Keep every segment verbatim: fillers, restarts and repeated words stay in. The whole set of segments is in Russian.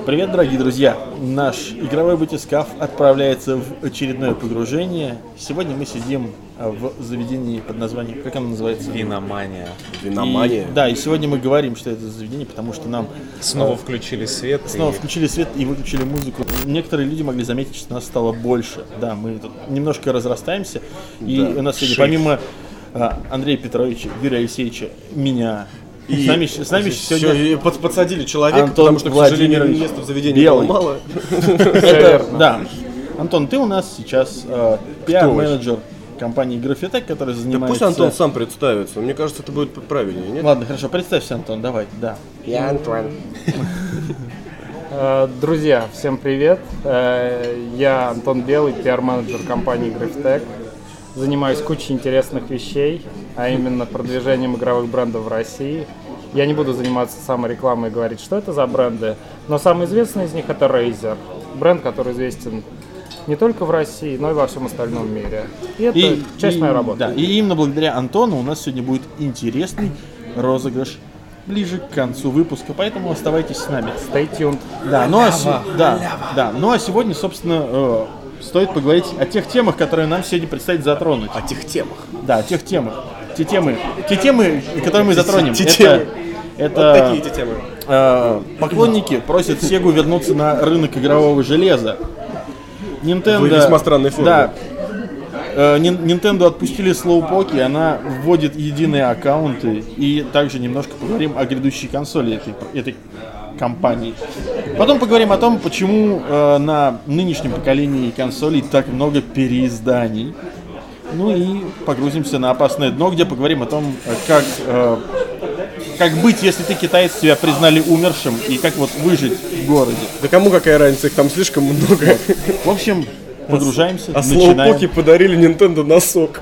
Привет, дорогие друзья! Наш игровой батискаф отправляется в очередное погружение. Сегодня мы сидим в заведении под названием, как оно называется? Виномания. Виномания. И, да, и сегодня мы говорим, что это за заведение, потому что нам снова э, включили свет. Снова и... включили свет и выключили музыку. Некоторые люди могли заметить, что нас стало больше. Да, мы тут немножко разрастаемся. И да, у нас сегодня помимо э, Андрея Петровича, Юрия Алексеевича, меня... И с нами, с нами сегодня под, подсадили человека, Антон потому что, к сожалению, места в заведении Белый. было мало. Это, да. Антон, ты у нас сейчас э, пиар-менеджер компании Графитек, который занимается... Да пусть Антон сам представится, мне кажется, это будет правильнее, нет? Ладно, хорошо, представься, Антон, давай, да. Я Антон. Друзья, всем привет. Я Антон Белый, пиар-менеджер компании Графитек. Занимаюсь кучей интересных вещей, а именно продвижением игровых брендов в России. Я не буду заниматься саморекламой и говорить, что это за бренды, но самый известный из них это Razer. Бренд, который известен не только в России, но и во всем остальном мире. И это и, часть и, моей работы. Да, и именно благодаря Антону у нас сегодня будет интересный розыгрыш ближе к концу выпуска, поэтому оставайтесь с нами. Stay tuned. Да, ну а, да, да, ну а сегодня, собственно, э, стоит поговорить о тех темах, которые нам сегодня предстоит затронуть. О тех темах. Да, о тех темах. Те темы, те темы, которые мы затронем. Те, это, темы. это вот такие те темы. Э, поклонники просят Сегу вернуться на рынок игрового железа. Nintendo, Вы весьма странной форме. Да. Э, Nintendo отпустили слоупоки, она вводит единые аккаунты, и также немножко поговорим о грядущей консоли этой, этой компании. Потом поговорим о том, почему э, на нынешнем поколении консолей так много переизданий. Ну и погрузимся на опасное дно, где поговорим о том, как, э, как быть, если ты китаец, тебя признали умершим, и как вот выжить в городе. Да кому какая разница, их там слишком много. В общем, погружаемся, а начинаем. А слоупоки подарили Nintendo носок.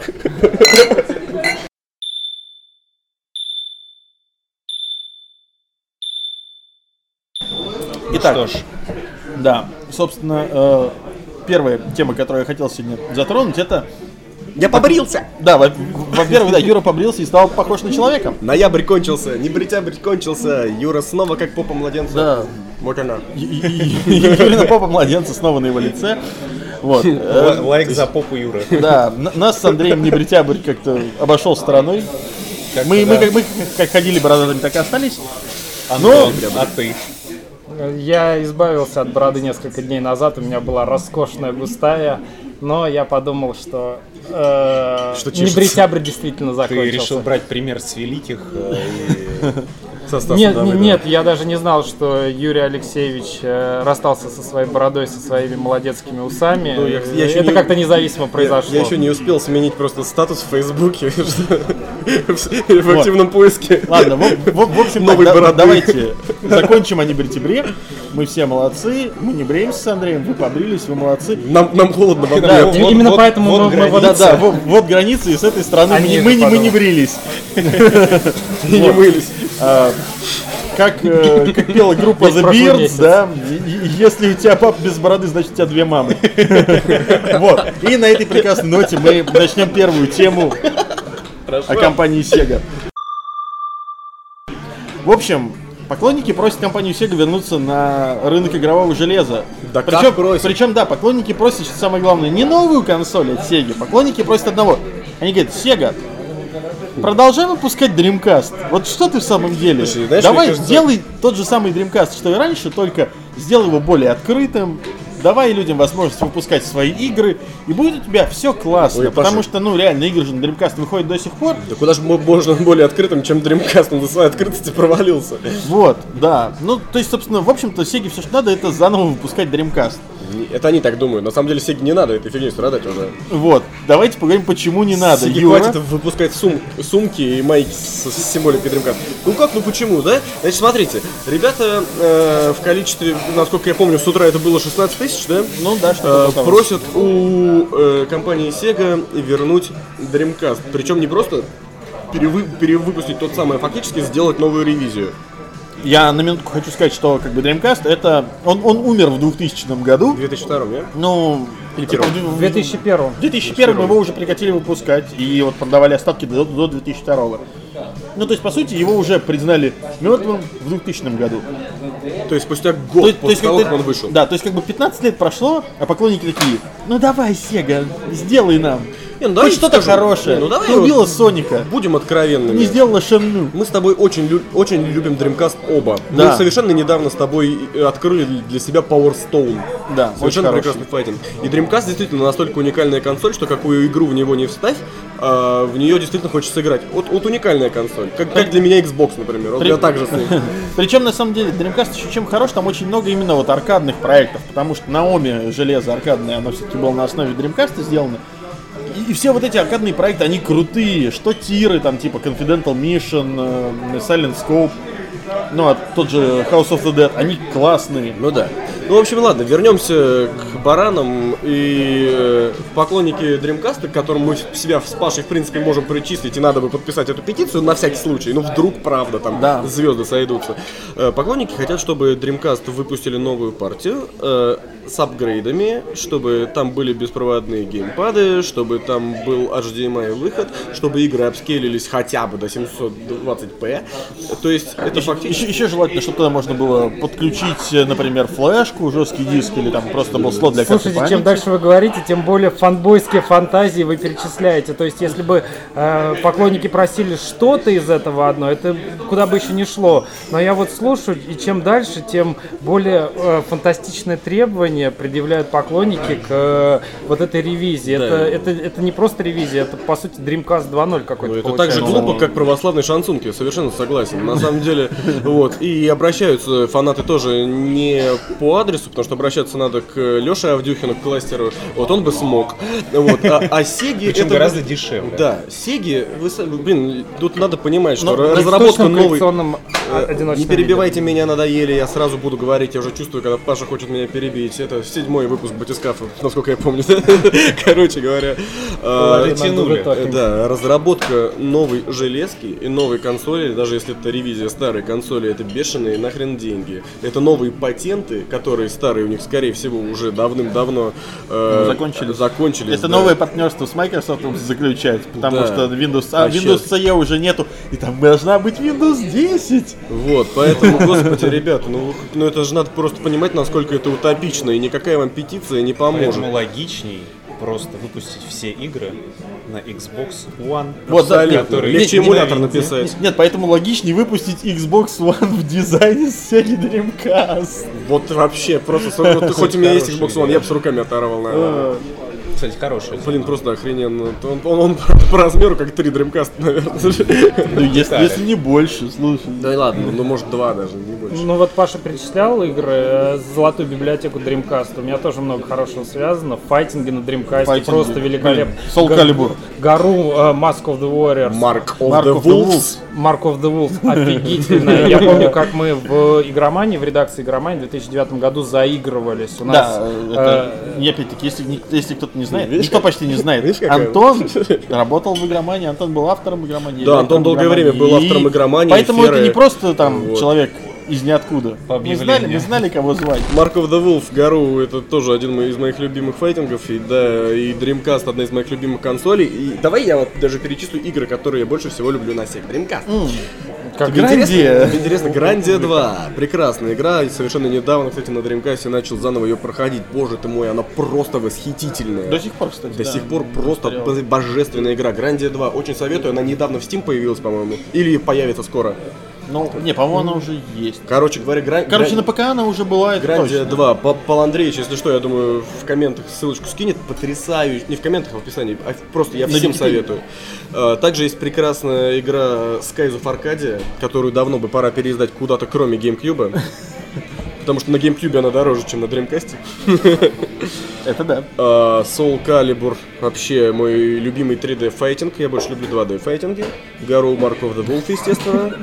Итак, что ж, да, собственно, э, первая тема, которую я хотел сегодня затронуть, это... Я побрился! Да, во-первых, да, Юра побрился и стал похож на человека. Ноябрь кончился, не бритябрь кончился, Юра снова как попа младенца. Да. Вот она. Юрина попа младенца снова на его лице. Вот. Лайк за попу Юры. Да, нас с Андреем небритябрь как-то обошел стороной. Мы как ходили бородатыми, так и остались. Но, а ты? Я избавился от бороды несколько дней назад, у меня была роскошная густая, но я подумал, что, э, что небритябрь действительно закончился. Ты решил брать пример с великих э, и... Нет, нет, нет, я даже не знал, что Юрий Алексеевич э, расстался со своей бородой, со своими молодецкими усами. Ну, я, я Это не... как-то независимо произошло. Я, я еще не успел сменить просто статус в Фейсбуке в активном поиске. Ладно, в общем, давайте закончим о небритябре. Мы все молодцы, мы не бреемся с Андреем, вы побрились, вы молодцы. Нам, нам холодно, да, да, вот, именно вот, поэтому вот мы, мы да, да, вот, вот границы, и с этой стороны мы, мы, мы не брились. И не мылись. Как пела группа The Beards, да, если у тебя папа без бороды, значит у тебя две мамы. Вот, и на этой прекрасной ноте мы начнем первую тему о компании Sega. В общем, поклонники просят компанию Sega вернуться на рынок игрового железа. Да причем, как просят? Причем, да, поклонники просят, что самое главное, не новую консоль от Sega. Поклонники просят одного. Они говорят: Sega, продолжай выпускать Dreamcast. Вот что ты в самом деле? Слушай, знаешь, давай кажется... сделай тот же самый Dreamcast, что и раньше, только сделай его более открытым. Давай людям возможность выпускать свои игры, и будет у тебя все классно. Ой, потому Паша. что, ну, реально, игры же на Dreamcast выходят до сих пор. Да куда же можно более открытым, чем Dreamcast, он до своей открытости провалился. Вот, да. Ну, то есть, собственно, в общем-то, Sega все, что надо, это заново выпускать Dreamcast. Это они так думают. На самом деле Sega не надо этой фигней страдать уже. Вот, давайте поговорим, почему не надо. Sega Юра? хватит выпускать сум- сумки и майки с, с символикой Dreamcast. Ну как, ну почему, да? Значит, смотрите, ребята э, в количестве, насколько я помню, с утра это было шестнадцать тысяч, да? Ну да, что э, просят у э, компании Sega вернуть Dreamcast. Причем не просто перевы- перевыпустить тот самый, а фактически сделать новую ревизию. Я на минутку хочу сказать, что как бы Dreamcast это... Он, он умер в двухтысячном году. В две тысячи втором, нет? Ну... Типа, в две тысячи первом. В две тысячи первом его уже прекратили выпускать. И вот продавали остатки до, до две тысячи второго. Ну, то есть, по сути, его уже признали мертвым в двухтысячном году. То есть спустя То год есть- то после есть, того, как как ты- он вышел. Да, то есть как бы пятнадцать лет прошло, а поклонники такие, ну давай, Sega, сделай нам. Не, ну давай Хоть что-то скажем, хорошее. не, ну давай Ты вот убила Соника, Будем откровенными. не сделала Шенму. Мы с тобой очень, лю- очень любим Dreamcast оба. Да. Мы совершенно недавно с тобой э, открыли для себя Power Stone. Да, Совершенно очень прекрасный файтинг. И Dreamcast действительно настолько уникальная консоль, что какую игру в него не вставь, а, в нее действительно хочется играть. Вот, вот уникальная консоль. Как, как для меня Xbox, например. Вот При- я так же с ним. Причем, на самом деле, Dreamcast еще чем хорош, там очень много именно вот аркадных проектов, потому что Naomi железо аркадное, оно все-таки было на основе Dreamcast сделано. И, и все вот эти аркадные проекты, они крутые, что тиры, там типа Confidential Mission, э, Silent Scope, ну а тот же House of the Dead, они классные. Ну да. Ну, в общем, ладно, вернемся к баранам и э, поклонники Dreamcast, к которым мы себя с Пашей, в принципе, можем причислить, и надо бы подписать эту петицию на всякий случай. Ну, вдруг, правда, там Да. звезды сойдутся. Э, поклонники хотят, чтобы Dreamcast выпустили новую партию э, с апгрейдами, чтобы там были беспроводные геймпады, чтобы там был эйч ди эм ай выход, чтобы игры апскейлились хотя бы до семьсот двадцать пэ. То есть, это фактически... Еще, еще желательно, чтобы туда можно было подключить, например, флешку, жесткий диск или там просто был слот для карты Слушайте, памяти. чем дальше вы говорите, тем более фанбойские фантазии вы перечисляете. То есть, если бы э, поклонники просили что-то из этого одно, это куда бы еще не шло. Но я вот слушаю, и чем дальше, тем более э, фантастичные требования предъявляют поклонники к э, вот этой ревизии. Да. Это, это, это не просто ревизия, это по сути Dreamcast два ноль какой-то. Ну, это так же получается. глупо, как православный шансунки, я совершенно согласен. На самом деле, вот. И обращаются фанаты тоже не по адресу, потому что обращаться надо к Леше Авдюхину, к кластеру. Вот он бы смог. Вот. А, а Сеги Причем это гораздо дешевле. Да, Сеги, вы, са- блин, тут надо понимать, что Ну, разработка источным новой. коллекционным, а, Э, одиночным Не перебивайте меня, надоели, я сразу буду говорить, я уже чувствую, когда Паша хочет меня перебить. Это седьмой выпуск Батискафа, насколько я помню. Короче говоря, э, Дотянули. э, да, разработка новой железки и новой консоли, даже если это ревизия старой консоли, это бешеные нахрен деньги. Это новые патенты, которые старые у них, скорее всего, уже давным-давно э, Закончились. закончились. Это да. новое партнерство с Microsoft заключать, потому Да. что Windows, а, А Windows щас- си и уже нету, и там должна быть Windows десять. Вот, поэтому, господи, ребята, ну, ну это же надо просто понимать, насколько это утопично, и никакая вам петиция не поможет. Поэтому логичней просто выпустить все игры на Xbox One. Вот, да, Абсолютно. который Легче не эмулятор на Винде. написать. Нет, поэтому логичнее выпустить Xbox One в дизайне с Sega Dreamcast. Вот вообще, просто, с- вот хоть у меня есть Хорошая Xbox One, идея. я бы с руками оторвал, наверное. Кстати, хорошая. Блин, просто охрененно. Он, он, он по размеру как три Dreamcast, наверное. Ну, если, Детали. если не больше, слушай. Да ладно, ну может два даже, не больше. Ну вот Паша перечислял игры, э, золотую библиотеку Dreamcast. У меня тоже много хорошего связано. Файтинги на Dreamcast Файтинги. просто великолепно. Soul Га- Calibur. Гару, э, Mask of the Warriors. Mark of Mark the of the Wolves. Mark of the Wolves офигительно. Я помню, как мы в игромании, в редакции игромании в две тысячи девятом году заигрывались. У нас Да, э, это, и опять-таки, если, ни- если кто-то не знает, Видишь, никто как- почти не знает. видишь, какая- Антон работал в игромании, Антон был автором игромании. Да, Антон долгое время был автором игромании, Поэтому Феры. это не просто там Вот. человек из ниоткуда. По Мы знали, объявлению. мы знали, кого звать. Mark of the Wolf, Гару, это тоже один из моих любимых файтингов, и да, и Dreamcast одна из моих любимых консолей. И давай я вот даже перечислю игры, которые я больше всего люблю на Sega Dreamcast. Как Тебе интересно? Грандия. Тебе интересно, Грандия два. Прекрасная игра. И совершенно недавно, кстати, на Dreamcast начал заново ее проходить. Боже ты мой, она просто восхитительная. До сих пор, кстати. До да. сих пор просто Повторял. б- божественная игра. Грандия два. Очень советую. Она недавно в Steam появилась, по-моему. Или появится скоро. Ну, не, по-моему, она уже есть. Короче говоря, Гран... Короче, Гран- на ПК она уже была, это Грандия точно. два. Па- Пал Андреевич, если что, я думаю, в комментах ссылочку скинет. Потрясающе. Не в комментах, а в описании. А просто я На всем Википедии. советую. А, Также есть прекрасная игра Skies of Arcadia, которую давно бы пора переиздать куда-то, кроме GameCube. Потому что на GameCube она дороже, чем на Dreamcast. Это да. А, Soul Calibur вообще мой любимый три дэ файтинг. Я больше люблю два дэ файтинги. Garou Mark of the Wolf, естественно.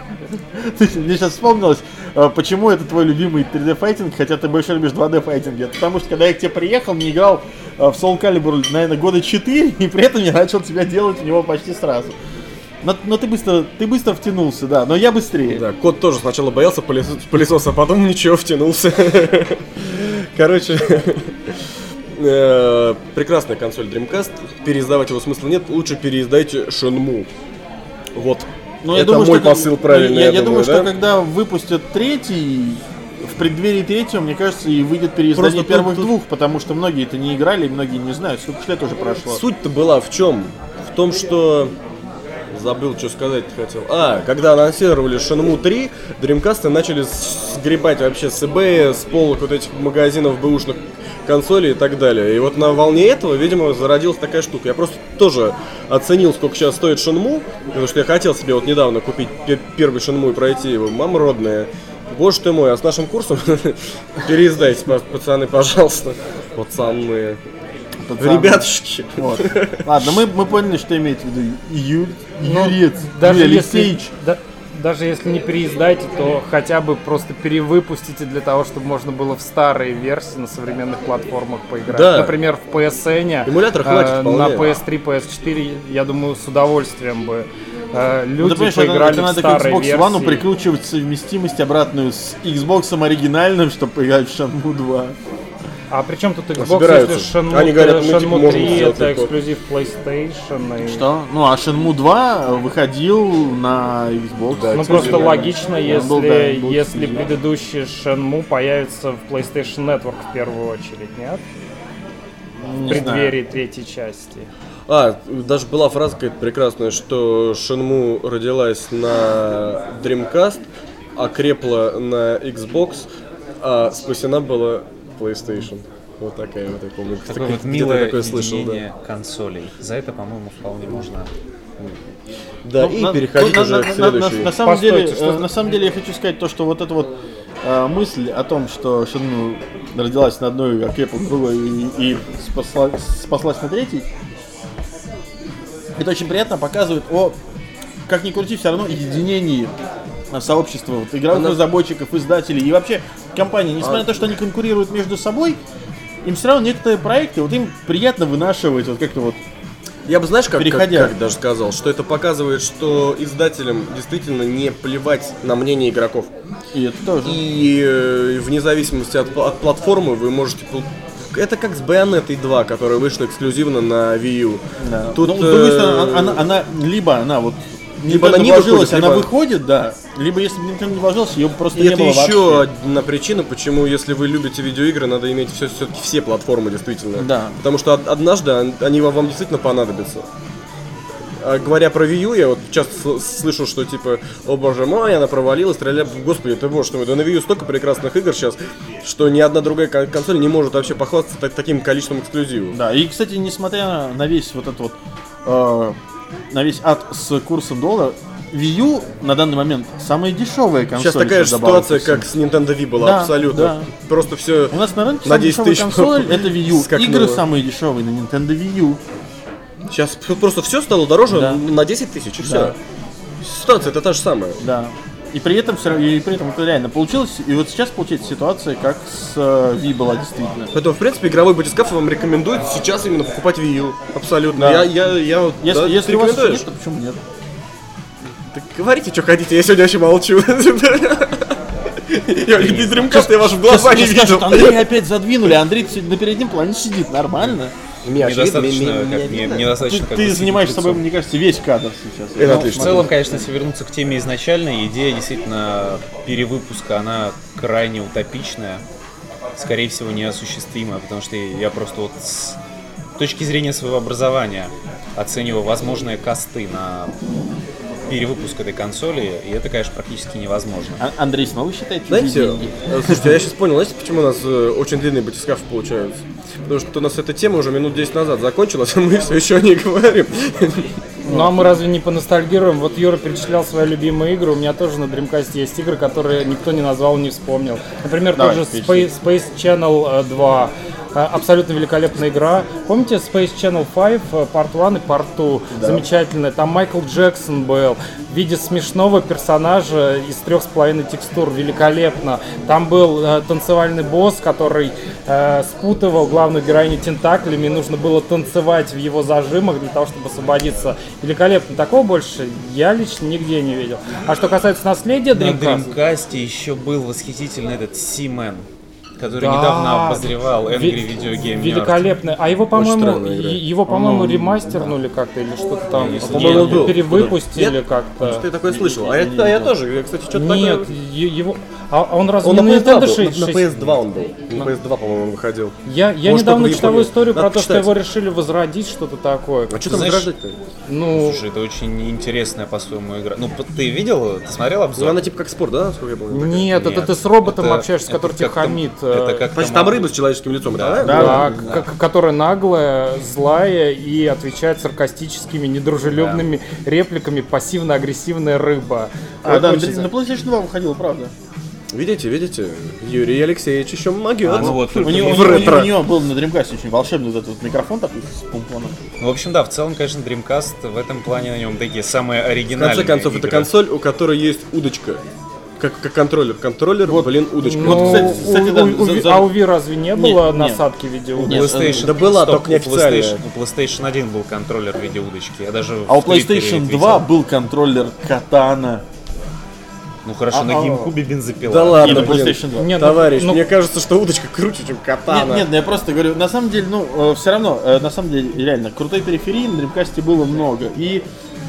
Мне сейчас вспомнилось, а, почему это твой любимый три дэ файтинг, хотя ты больше любишь два дэ файтинги. Это потому что когда я к тебе приехал, не играл а, в Soul Calibur, наверное, года четыре, и при этом я начал тебя делать в него почти сразу. Но, но ты быстро, ты быстро втянулся, да, но я быстрее. Да, кот тоже сначала боялся пылесос- пылесоса, а потом ничего, втянулся. Короче, э, прекрасная консоль Dreamcast. Переиздавать его смысла нет. Лучше переиздайте Shenmue. Вот. Но я Это думаю, мой что, посыл правильный, Я, я я думаю, думаю, что да? когда выпустят третий преддверии третьего, мне кажется, и выйдет переиздание Просто первых тут- двух, потому что многие это не играли, и многие не знают, сколько лет уже прошло. Суть-то была в чем? В том, что... Забыл, что сказать хотел. А, когда анонсировали Shenmue три, Dreamcast начали сгребать вообще с eBay, с полок вот этих магазинов бэушных консолей и так далее. И вот на волне этого, видимо, зародилась такая штука. Я просто тоже оценил, сколько сейчас стоит Shenmue, потому что я хотел себе вот недавно купить пе- первый Shenmue и пройти его. Мама родная. Боже ты мой, а с нашим курсом переиздайте, пацаны, пожалуйста. Пацаны. Пацаны. Ребятушки. Вот. Ладно, мы, мы поняли, что имеет в виду Ю, Ну, Юрец, даже Юрий если, Алексеевич. да- даже если не переиздайте, то хотя бы просто перевыпустите для того, чтобы можно было в старые версии на современных платформах поиграть. Да. Например, в пи эс эн, Эмулятор хватит э, вполне. на пи эс три, пи эс четыре, я думаю, с удовольствием бы э, Ну, люди ты понимаешь, это, поиграли это в надо к старые Xbox версии. One прикручивать совместимость обратную с Xbox оригинальным, чтобы поиграть в Shenmue два. А при чем тут Xbox, собираются. если Shenmue, Они говорят, мы, типа, Shenmue можем три сделать это легко. эксклюзив PlayStation? И... Что? Ну, а Shenmue два выходил на Xbox. Да, Ну тем просто более. логично, если, был, да, он был если эксклюзив. предыдущий Shenmue появится в PlayStation Network в первую очередь, нет? В Не преддверии третьей части. А, даже была фраза какая-то прекрасная, что Shenmue родилась на Dreamcast, окрепла на Xbox, а спасена была PlayStation. Вот такая вот, я помню. Такое где-то вот милое такое слышал, единение консолей. За это, по-моему, вполне можно. да. Да, Ну, и на- переходить ну, уже на, к на- следующей. на- на самом Постойте, деле, что- э, на самом деле я хочу сказать то, что вот эта вот э, мысль о том, что Shenmue родилась на одной, окрепла другой и, и спасла- спаслась на третьей, это очень приятно показывает о, как ни крути, все равно единении э, сообщества вот, игровых Она- разработчиков, издателей и вообще компаний. Несмотря на то, что они конкурируют между собой, им все равно некоторые проекты, вот им приятно вынашивать вот как-то вот. Я бы, знаешь, как, как, Переходя. как даже сказал, что это показывает, что издателям действительно не плевать на мнение игроков. И это тоже. И э, вне зависимости от, от платформы вы можете... пол- Это как с Bayonetta два, которая вышла эксклюзивно на Wii U. Да. Тут, Ну, с другой э, стороны, она, она- либо она вот Либо Nintendo она не вложилась, выходит, она либо- выходит, да. Либо если бы Nintendo не вложился, ее бы просто И не это было еще вообще. одна причина, почему, если вы любите видеоигры, надо иметь все, все-таки все платформы, действительно. Да. Потому что од- однажды он- они вам действительно понадобятся. А говоря про Wii U, я вот часто сл- слышу, что типа, о боже мой, она провалилась, стреляла, господи, ты боже мой, да на Wii U столько прекрасных игр сейчас, что ни одна другая кон- консоль не может вообще похвастаться так- таким количеством эксклюзивов. Да, и, кстати, несмотря на весь вот этот вот, э, на весь ад с курсом доллара, Wii U на данный момент самая дешевая консоль. Сейчас такая же что добавок ситуация, ко всему. как с Nintendo Wii была, Да, абсолютно. да. Просто все У нас на рынке на самая десять дешевая тысяч консоль это Wii U. скакнуло. Игры самые дешевые на Nintendo Wii U. Сейчас просто все стало дороже Да. на десять тысяч, и все. Да. Ситуация это та же самая. Да. И при этом все и при этом это реально получилось. И вот сейчас получается ситуация, как с э, Wii была действительно. Поэтому, в принципе, игровой батискаф вам рекомендует сейчас именно покупать Wii U. Абсолютно. Да. Я, я, я вот, Если, да, если ты у вас всё рекомендуешь? нет, то почему нет? Так говорите, что хотите, я сегодня вообще молчу. Я из Dreamcast, я ваши глаза не Сейчас скажут, видел. Андрей опять задвинули, Андрей сегодня на переднем плане сидит, нормально. Недостаточно, как, не- Ты, недостаточно как ты бы занимаешь сидеть собой, лицом. мне кажется, весь кадр сейчас. Это Ну, отлично. В смотри. целом, конечно, если вернуться к теме изначальной, идея действительно перевыпуска, она крайне утопичная, скорее всего, неосуществимая, потому что я просто вот с точки зрения своего образования оцениваю возможные косты на перевыпуск этой консоли, и это, конечно, практически невозможно. А- Андрей, снова вы считаете Знаете, деньги? э, слушайте, я сейчас понял, знаете, почему у нас э, очень длинные батискафы получаются? Потому что у нас эта тема уже минут десять назад закончилась, а мы все еще о ней говорим. Ну а мы разве не поностальгируем? Вот Юра перечислял свои любимые игры, у меня тоже на Dreamcast есть игры, которые никто не назвал, не вспомнил. Например, Давай, тот же перечисли. Space, Space Channel два. Э, Абсолютно великолепная игра. Помните Space Channel пять, э, Part один и Part два? Замечательная. Там Майкл Джексон был в виде смешного персонажа из трех с половиной текстур. Великолепно. Там был э, танцевальный босс, который э, спутывал главную героиню тентаклями, и нужно было танцевать в его зажимах для того, чтобы освободиться. Великолепно. Такого больше я лично нигде не видел. А что касается наследия На Dreamcast, Dreamcast еще был восхитительный этот Seaman. который Да. недавно обозревал Angry Ви- Video Game Nerd. Великолепный. А его, по-моему, странная игра. е- его, по-моему, ремастернули как-то или что-то там. Если по-моему, Или был. перевыпустили Нет? как-то. Что я такое слышал? А я, а я тоже, я, кстати, что-то Нет, такое... е- его. А а он разве Он не на на пи эс два Nintendo был, шесть? на, на пи эс два он был. На пи эс два, по-моему, он выходил. Я, я Может, недавно только в читал Японии. историю про Надо то, что почитать. его решили возродить, что-то такое. А что Ты там знаешь, возрождать-то? Ну, Слушай, это очень интересная по-своему игра. Ну, п- ты видел, ты смотрел обзор? Ну, она типа как спорт, да, насколько я помню? нет, это Нет, ты с роботом это- общаешься, это который тебя как-то- хамит. Это э, как Значит, там рыба с человеческим лицом, Да. это Да. она? Да, к- которая наглая, злая и отвечает саркастическими, недружелюбными репликами, пассивно-агрессивная рыба. А, да, Очень- на PlayStation два выходил, правда. Видите, видите, Юрий Алексеевич еще могет. А, ну вот, У только него, у не- него- ретро. у него был на Dreamcast очень волшебный вот этот вот микрофон такой с помпоном. Ну, в общем, да, в целом, конечно, Dreamcast в этом плане на нем такие самые В оригинальные конце концов, это игры. консоль, у которой есть удочка. Как, как контроллер. Контроллер, блин, удочка. Ну, Вот, кстати, кстати, у, да, у- за- у- за- а у Ви разве не Нет, было нет. насадки видеоудочки? Нет, PlayStation, да была, стоп, только не у PlayStation, официальная. у PlayStation один был контроллер в виде удочки. Я даже А у в Твиттере PlayStation твитил. два был контроллер Катана. Ну хорошо, А, на а, GameCube бензопила. Да ладно, И на блин. PlayStation два. Нет, ну- Товарищ, ну, мне кажется, что удочка круче, чем катана. Нет, нет, ну я просто говорю, на самом деле, ну, все равно, э, на самом деле, реально, крутой периферии на Dreamcast было много. И,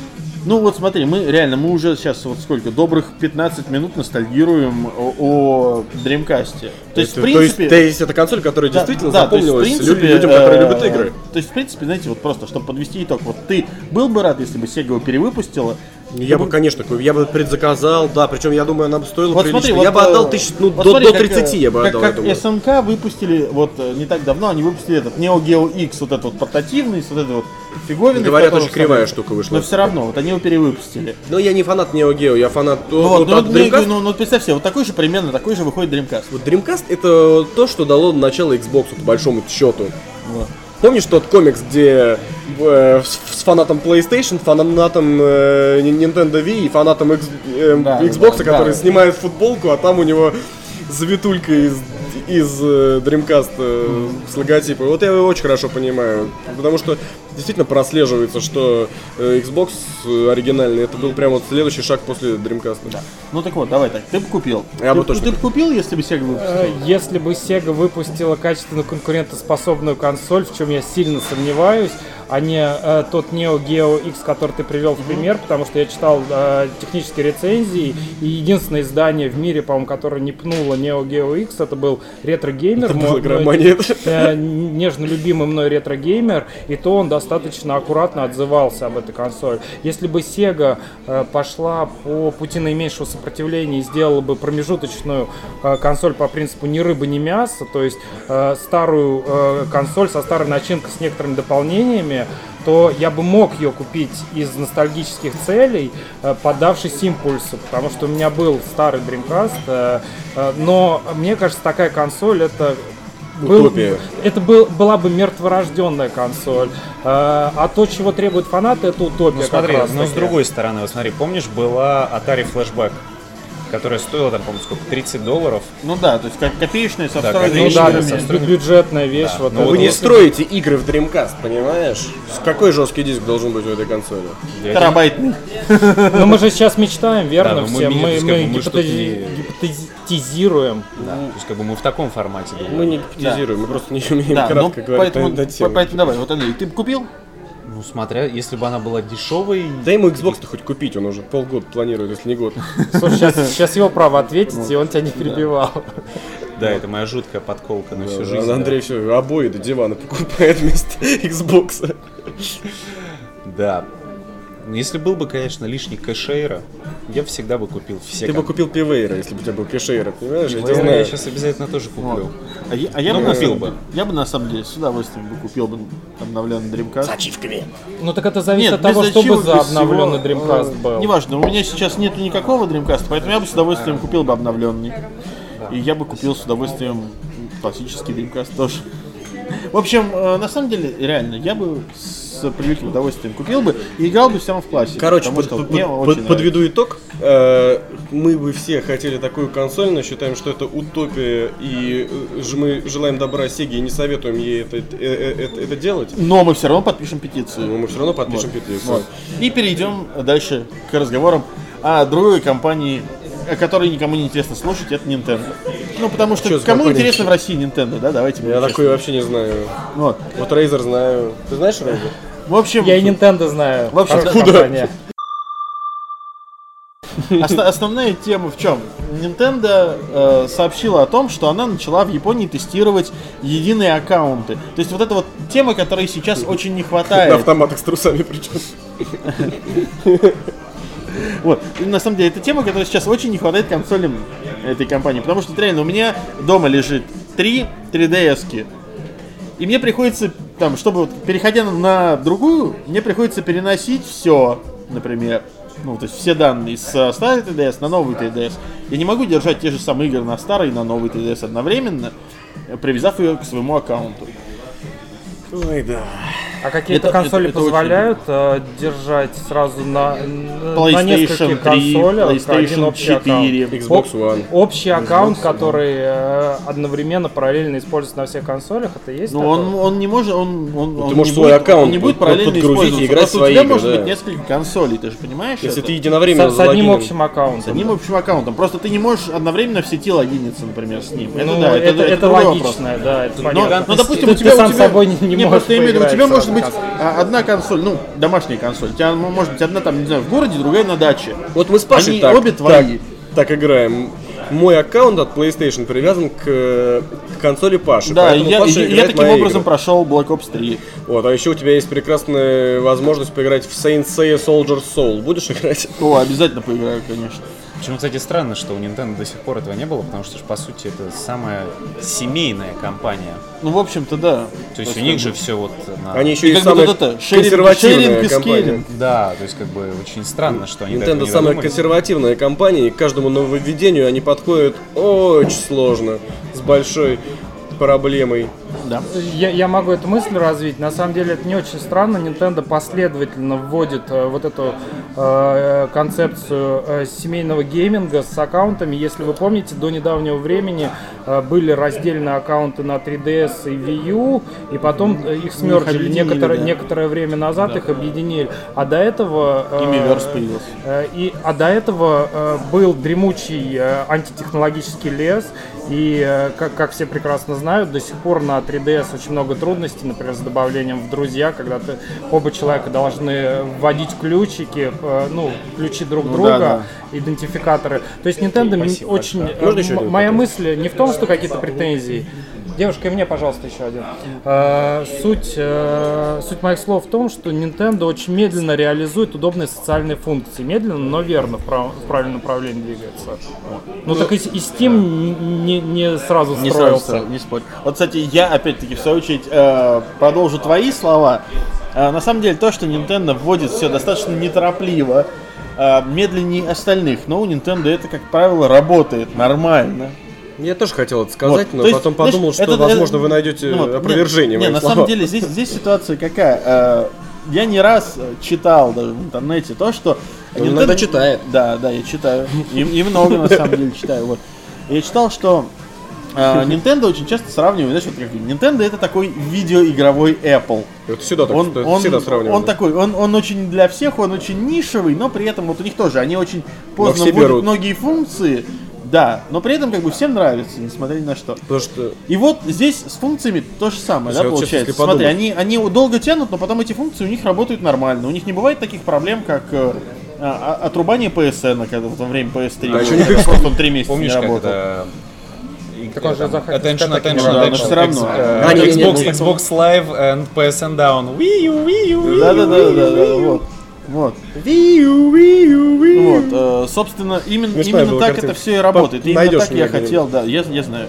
ну вот смотри, мы реально, мы уже сейчас вот сколько, добрых пятнадцать минут ностальгируем о, о Dreamcast. То есть, в то, принципе... есть, то есть это консоль, которая Да, действительно да, то есть, в запомнилась принципе, лю- людям, которые э, любят игры. То есть, в принципе, знаете, вот просто, чтобы подвести итог, вот ты был бы рад, если бы Sega его перевыпустила? Я бы, конечно, такой, я бы предзаказал, да, причем я думаю, она бы стоила Вот прилично. смотри, я вот, бы отдал э, тысяч, ну, вот до, смотри, до как, тридцати я бы как, отдал, я как думаю. эс эн ка выпустили, вот э, не так давно, они выпустили этот Neo Geo X, вот этот вот портативный, с вот этой вот фиговиной. Говорят, которая очень кривая вставляется. штука вышла. Но все равно, вот они его перевыпустили. Но я не фанат Neo Geo, я фанат Ну, ну, вот, вот ну, от вот, ну, я Dreamcast. говорю, ну, ну, представь себе, вот такой же примерно, такой же выходит Dreamcast. Вот Dreamcast это то, что дало начало Xbox, по большому счету. Вот. Помнишь тот комикс, где э, с, с фанатом PlayStation, фанатом э, Nintendo Wii и фанатом X- э, Да, Xbox, да, который да. снимает футболку, а там у него завитулька из, из э, Dreamcast э, с логотипом. Вот я его очень хорошо понимаю, потому что действительно прослеживается, что э, Xbox э, оригинальный, это был прям вот следующий шаг после Dreamcast. Ну так вот, давай так, ты бы купил. Я ты, бы точно ты бы купил, если бы Sega выпустила? Э, Если бы Sega выпустила качественную конкурентоспособную консоль, в чем я сильно сомневаюсь, а не э, тот Neo Geo X, который ты привел в пример, потому что я читал э, технические рецензии, и единственное издание в мире, по-моему, которое не пнуло Neo Geo X, это был ретро-геймер. Это был мой- игромания. э, нежно любимый мной ретро-геймер, и то он достаточно аккуратно отзывался об этой консоли. Если бы Sega э, пошла по пути наименьшего сопротивления и сделала бы промежуточную э, консоль по принципу ни рыба, ни мясо, то есть э, старую э, консоль со старой начинкой с некоторыми дополнениями, то я бы мог ее купить из ностальгических целей, э, поддавшись импульсу, потому что у меня был старый Dreamcast, э, э, но мне кажется, такая консоль это был- Утопия. это был, была бы мертворожденная консоль. Э, а то, чего требуют фанаты, это утопия. Ну смотри, как раз но с таки. другой стороны, вот смотри, помнишь, была Atari Flashback, которая стоила там, по-моему, сколько, тридцать долларов? Ну да, то есть как копеечная со Да, встроенной Ну да, копеечная, играми. бю- со встроенной- бюджетная вещь. вот ну это Вы не вот. строите игры в Dreamcast, понимаешь? Какой жесткий диск должен быть у этой консоли? Я Терабайтный. Но мы же сейчас мечтаем, верно, Да, но мы все? не- Мы, то есть, мы как бы мы что-то гипотези- не- гипотезируем. Да, то есть как бы мы в таком формате думаем. Мы не гипотезируем, мы просто не умеем Да, ну, кратко говорить поэтому, на эту тему. поэтому давай, вот Андрей, ты бы купил? Ну смотря, если бы она была дешевой, Да ему Xbox-то хоть купить, он уже полгода планирует, если не год. Слушай, сейчас, сейчас его право ответить, и он тебя не перебивал. да, это моя жуткая подколка на всю Да, жизнь. да. Андрей все, обои до дивана покупает вместо Xbox. Да. Ну, если был бы, конечно, лишний кэшейра, я бы всегда бы купил все. Ты бы кон- купил пивейра, если бы у тебя был кэшейра, понимаешь? Я тебя Я знаю. сейчас обязательно тоже куплю. Вот. А я, а я Ну, бы на купил самом- бы. Я бы на самом деле с удовольствием бы купил бы обновленный Dreamcast. Ачивками. Ну так это зависит Нет, от того, без что бы ачивок, за без всего, обновленный Dreamcast э, был. Неважно, у меня сейчас нету никакого Dreamcast, поэтому я бы с удовольствием купил бы обновленный. И я бы купил с удовольствием классический Dreamcast тоже. В общем, э, на самом деле, реально, я бы с превеликим удовольствием купил бы и играл бы все равно в классику. Короче, потому под- что под- мне под- очень подведу итог. Э, Мы бы все хотели такую консоль, но считаем, что это утопия, и э, ж- мы желаем добра Сеге и не советуем ей это, э, э, это- это делать. нравится. Но мы все равно подпишем петицию. Но мы все равно подпишем Вот. петицию. Вот. И перейдем дальше к разговорам о другой компании, о которой никому не интересно слушать, это Nintendo. Ну, потому что Чё за кому компания? интересно в России Nintendo, да? Давайте будем Я честны. такой вообще не знаю. Вот. Вот Razer знаю. Ты знаешь Razer? В общем, Я и Nintendo знаю. В общем, Хорошая откуда? компания. Осно- основная тема в чем? Nintendo э, сообщила о том, что она начала в Японии тестировать единые аккаунты. То есть вот эта вот тема, которой сейчас очень не На хватает. автоматах с трусами причем. Вот. И на самом деле, это тема, которая сейчас очень не хватает консолям этой компании. Потому что реально у меня дома лежит три три ди эс-ки. И мне приходится, там, чтобы вот, переходя на другую, мне приходится переносить все, например. Ну, то есть все данные с старой три ди эс на новый три ди эс. Я не могу держать те же самые игры на старый и на новый три ди эс одновременно, привязав ее к своему аккаунту. Ой, да. А какие-то Это- консоли это- это позволяют э, держать сразу на, на PlayStation нескольких три, консолях один PlayStation общий четыре. аккаунт? Xbox One. Общий аккаунт, который э, одновременно параллельно используется на всех консолях, это есть Ну, такое? он, он не может, он, он, он ты можешь не свой будет, аккаунт он не будет под- параллельно подгрузить и использоваться. играть Просто свои у тебя игры, может да. быть несколько консолей, ты же понимаешь Если это? ты единовременно С, с одним залогинен- общим аккаунтом. С одним общим аккаунтом. Просто ты не можешь одновременно в сети логиниться, например, с ним. Ну, да, это, это, другой логично, вопрос. да, это Но, понятно. ну, допустим, Ты- у тебя, ты у сам тебя- собой не, не не, можешь просто я имею в виду, у поиграть тебя с может разных быть консолей. а, одна консоль, ну, домашняя консоль. У тебя м- может быть одна там, не знаю, в городе, другая на даче. Вот мы с Пашей Они так, обе твои. Так, так играем. Мой аккаунт от PlayStation привязан к, к консоли Паши. Да, поэтому я, Паша я- я играет в таким мои образом игры. прошел Black Ops три. Вот, а еще у тебя есть прекрасная возможность поиграть в Saint Seiya Soldier's Soul. Будешь играть? О, обязательно поиграю, конечно. Почему, кстати, странно, что у Nintendo до сих пор этого не было, потому что, по сути, это самая семейная компания. Ну, в общем-то, да. То есть у них же все вот на... Они еще И и как бы самая вот это, шеринг- консервативная шеринг и компания. скейлинг. Да, то есть как бы очень странно, что они до этого Nintendo не самая додумались. консервативная компания, и к каждому нововведению они подходят очень сложно, с большой проблемой. Да. Я, я могу эту мысль развить. На самом деле это не очень странно. Nintendo последовательно вводит э, вот эту э, концепцию э, семейного гейминга с аккаунтами. Если вы помните, до недавнего времени э, были раздельные аккаунты на три ди эс и Wii U, и потом э, их смерджили объединили, некоторое, да. некоторое время назад, их объединили. А до этого... э, И Miiverse появился. Э, И, а до этого э, был дремучий э, антитехнологический лес, и, э, как, как все прекрасно знают, до сих пор на три ди эс очень много трудностей, например, с добавлением в друзья, когда ты, оба человека должны вводить ключики, э, ну, ключи друг Ну, друга, да, да. идентификаторы. То есть Nintendo Спасибо очень... большое. э, Можно еще м- один моя вопрос? мысль не в том, что какие-то претензии. Девушка, и мне, пожалуйста, еще один. Э, суть, э, суть моих слов в том, что Nintendo очень медленно реализует удобные социальные функции. Медленно, но верно в, прав- в правильном направлении двигается. Ну, так и, и Steam не, не сразу Не сразу, строился. не спорь. Вот, кстати, я опять-таки, в свою очередь, э, продолжу твои слова. Э, на самом деле, то, что Nintendo вводит все достаточно неторопливо, э, медленнее остальных, но у Nintendo это, как правило, работает нормально. Я тоже хотел это сказать, Вот, но то есть, потом знаешь, подумал, что, это- возможно, это- вы найдете ну вот, опровержение Не, не, моим на словам. самом деле здесь, здесь ситуация какая. Э, я не раз читал даже в интернете то, что... Он иногда читает. Да, да, я читаю. И, и много на самом деле читаю. Вот. Я читал, что э, Nintendo очень часто сравнивают, знаешь, вот как Nintendo это такой видеоигровой Apple. Это всегда так, Он, это он, всегда сравнивают. он такой, он, он очень для всех, он очень нишевый, но при этом вот у них тоже, они очень поздно все вводят берут. многие функции, да, но при этом как бы всем нравится, несмотря ни на что. Потому что И вот здесь с функциями то же самое, да, Слушай, вот сейчас, получается. если Смотри, подумать. они, они долго тянут, но потом эти функции у них работают нормально. У них не бывает таких проблем, как э, а, а- отрубание пи эс эн, когда вот во время пи эс три. А еще было, не когда просто он три месяца Помнишь, не как работал. это... и- Так он же там, захотел Attention, сказать, attention, так, да, attention. но всё равно. X- э, А, не, не, не, Xbox, ну, Xbox Live and пи эс эн down. Wii U, Wii U, Wii U, Да, да, да, Wii да, U, да, Wii U. вот. Вот. Wii U, Wii U, Wii U. Вот, э, собственно, именно, Смешная именно была так картинка. это все и работает. По- Именно найдешь так меня я где-нибудь. хотел, да, я, я знаю.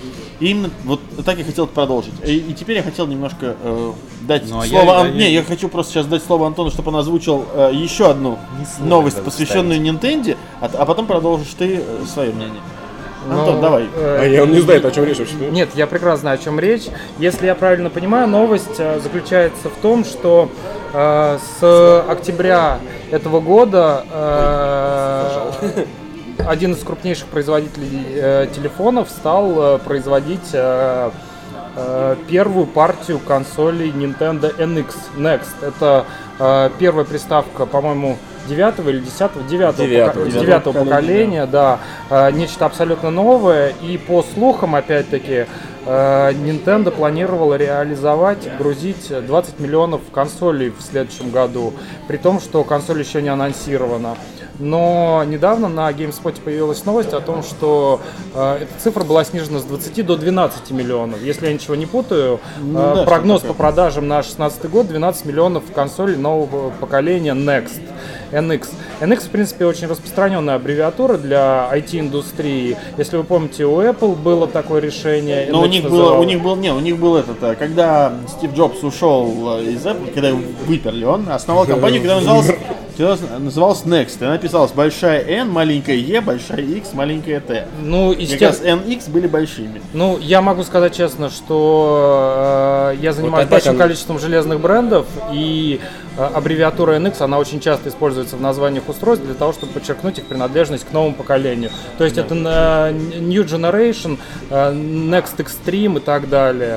И именно вот так я хотел это продолжить. И, и теперь я хотел немножко э, дать Ну, а слово я- Ан- я- Не, я хочу просто сейчас дать слово Антону, чтобы он озвучил э, еще одну Не сложно новость, даже посвященную Nintendo, а, а потом продолжишь ты э, свое мнение. Антон, Ну, давай. э, А я, он не знает, о чем речь вообще. Нет, я прекрасно знаю, о чем речь. Если я правильно понимаю, новость э, заключается в том, что э, с октября этого года э, один из крупнейших производителей э, телефонов стал э, производить э, э, первую партию консолей Nintendo эн икс Next. Это э, первая приставка, по-моему, девятого или десятого, девятого, Девятого. пока- девятого поколения, да, э, нечто абсолютно новое. И по слухам, опять-таки, э, Nintendo планировала реализовать, грузить двадцать миллионов консолей в следующем году, при том, что консоль еще не анонсирована. Но недавно на GameSpot появилась новость о том, что э, эта цифра была снижена с двадцати до двенадцати миллионов. Если я ничего не путаю, Ну э, да, прогноз что по такое. продажам на шестнадцатый год двенадцать миллионов консолей нового поколения Next. эн икс. эн икс, в принципе, очень распространенная аббревиатура для ай ти-индустрии. Если вы помните, у Apple было такое решение. Но у эн икс них было, называлось. у них был, не, у них был этот, э, когда Стив Джобс ушел э, из Apple, когда его выперли, он основал компанию, которая называлась, которая называлась Next. Она писалась большая N, маленькая E, большая X, маленькая T. Ну, Как раз естественно, эн икс были большими. ну, я могу сказать честно, что э, я занимаюсь опять большим он- количеством железных брендов, и э, аббревиатура эн икс, она очень часто используется в названиях устройств для того, чтобы подчеркнуть их принадлежность к новому поколению. То есть это э, New Generation, э, Next Extreme и так далее,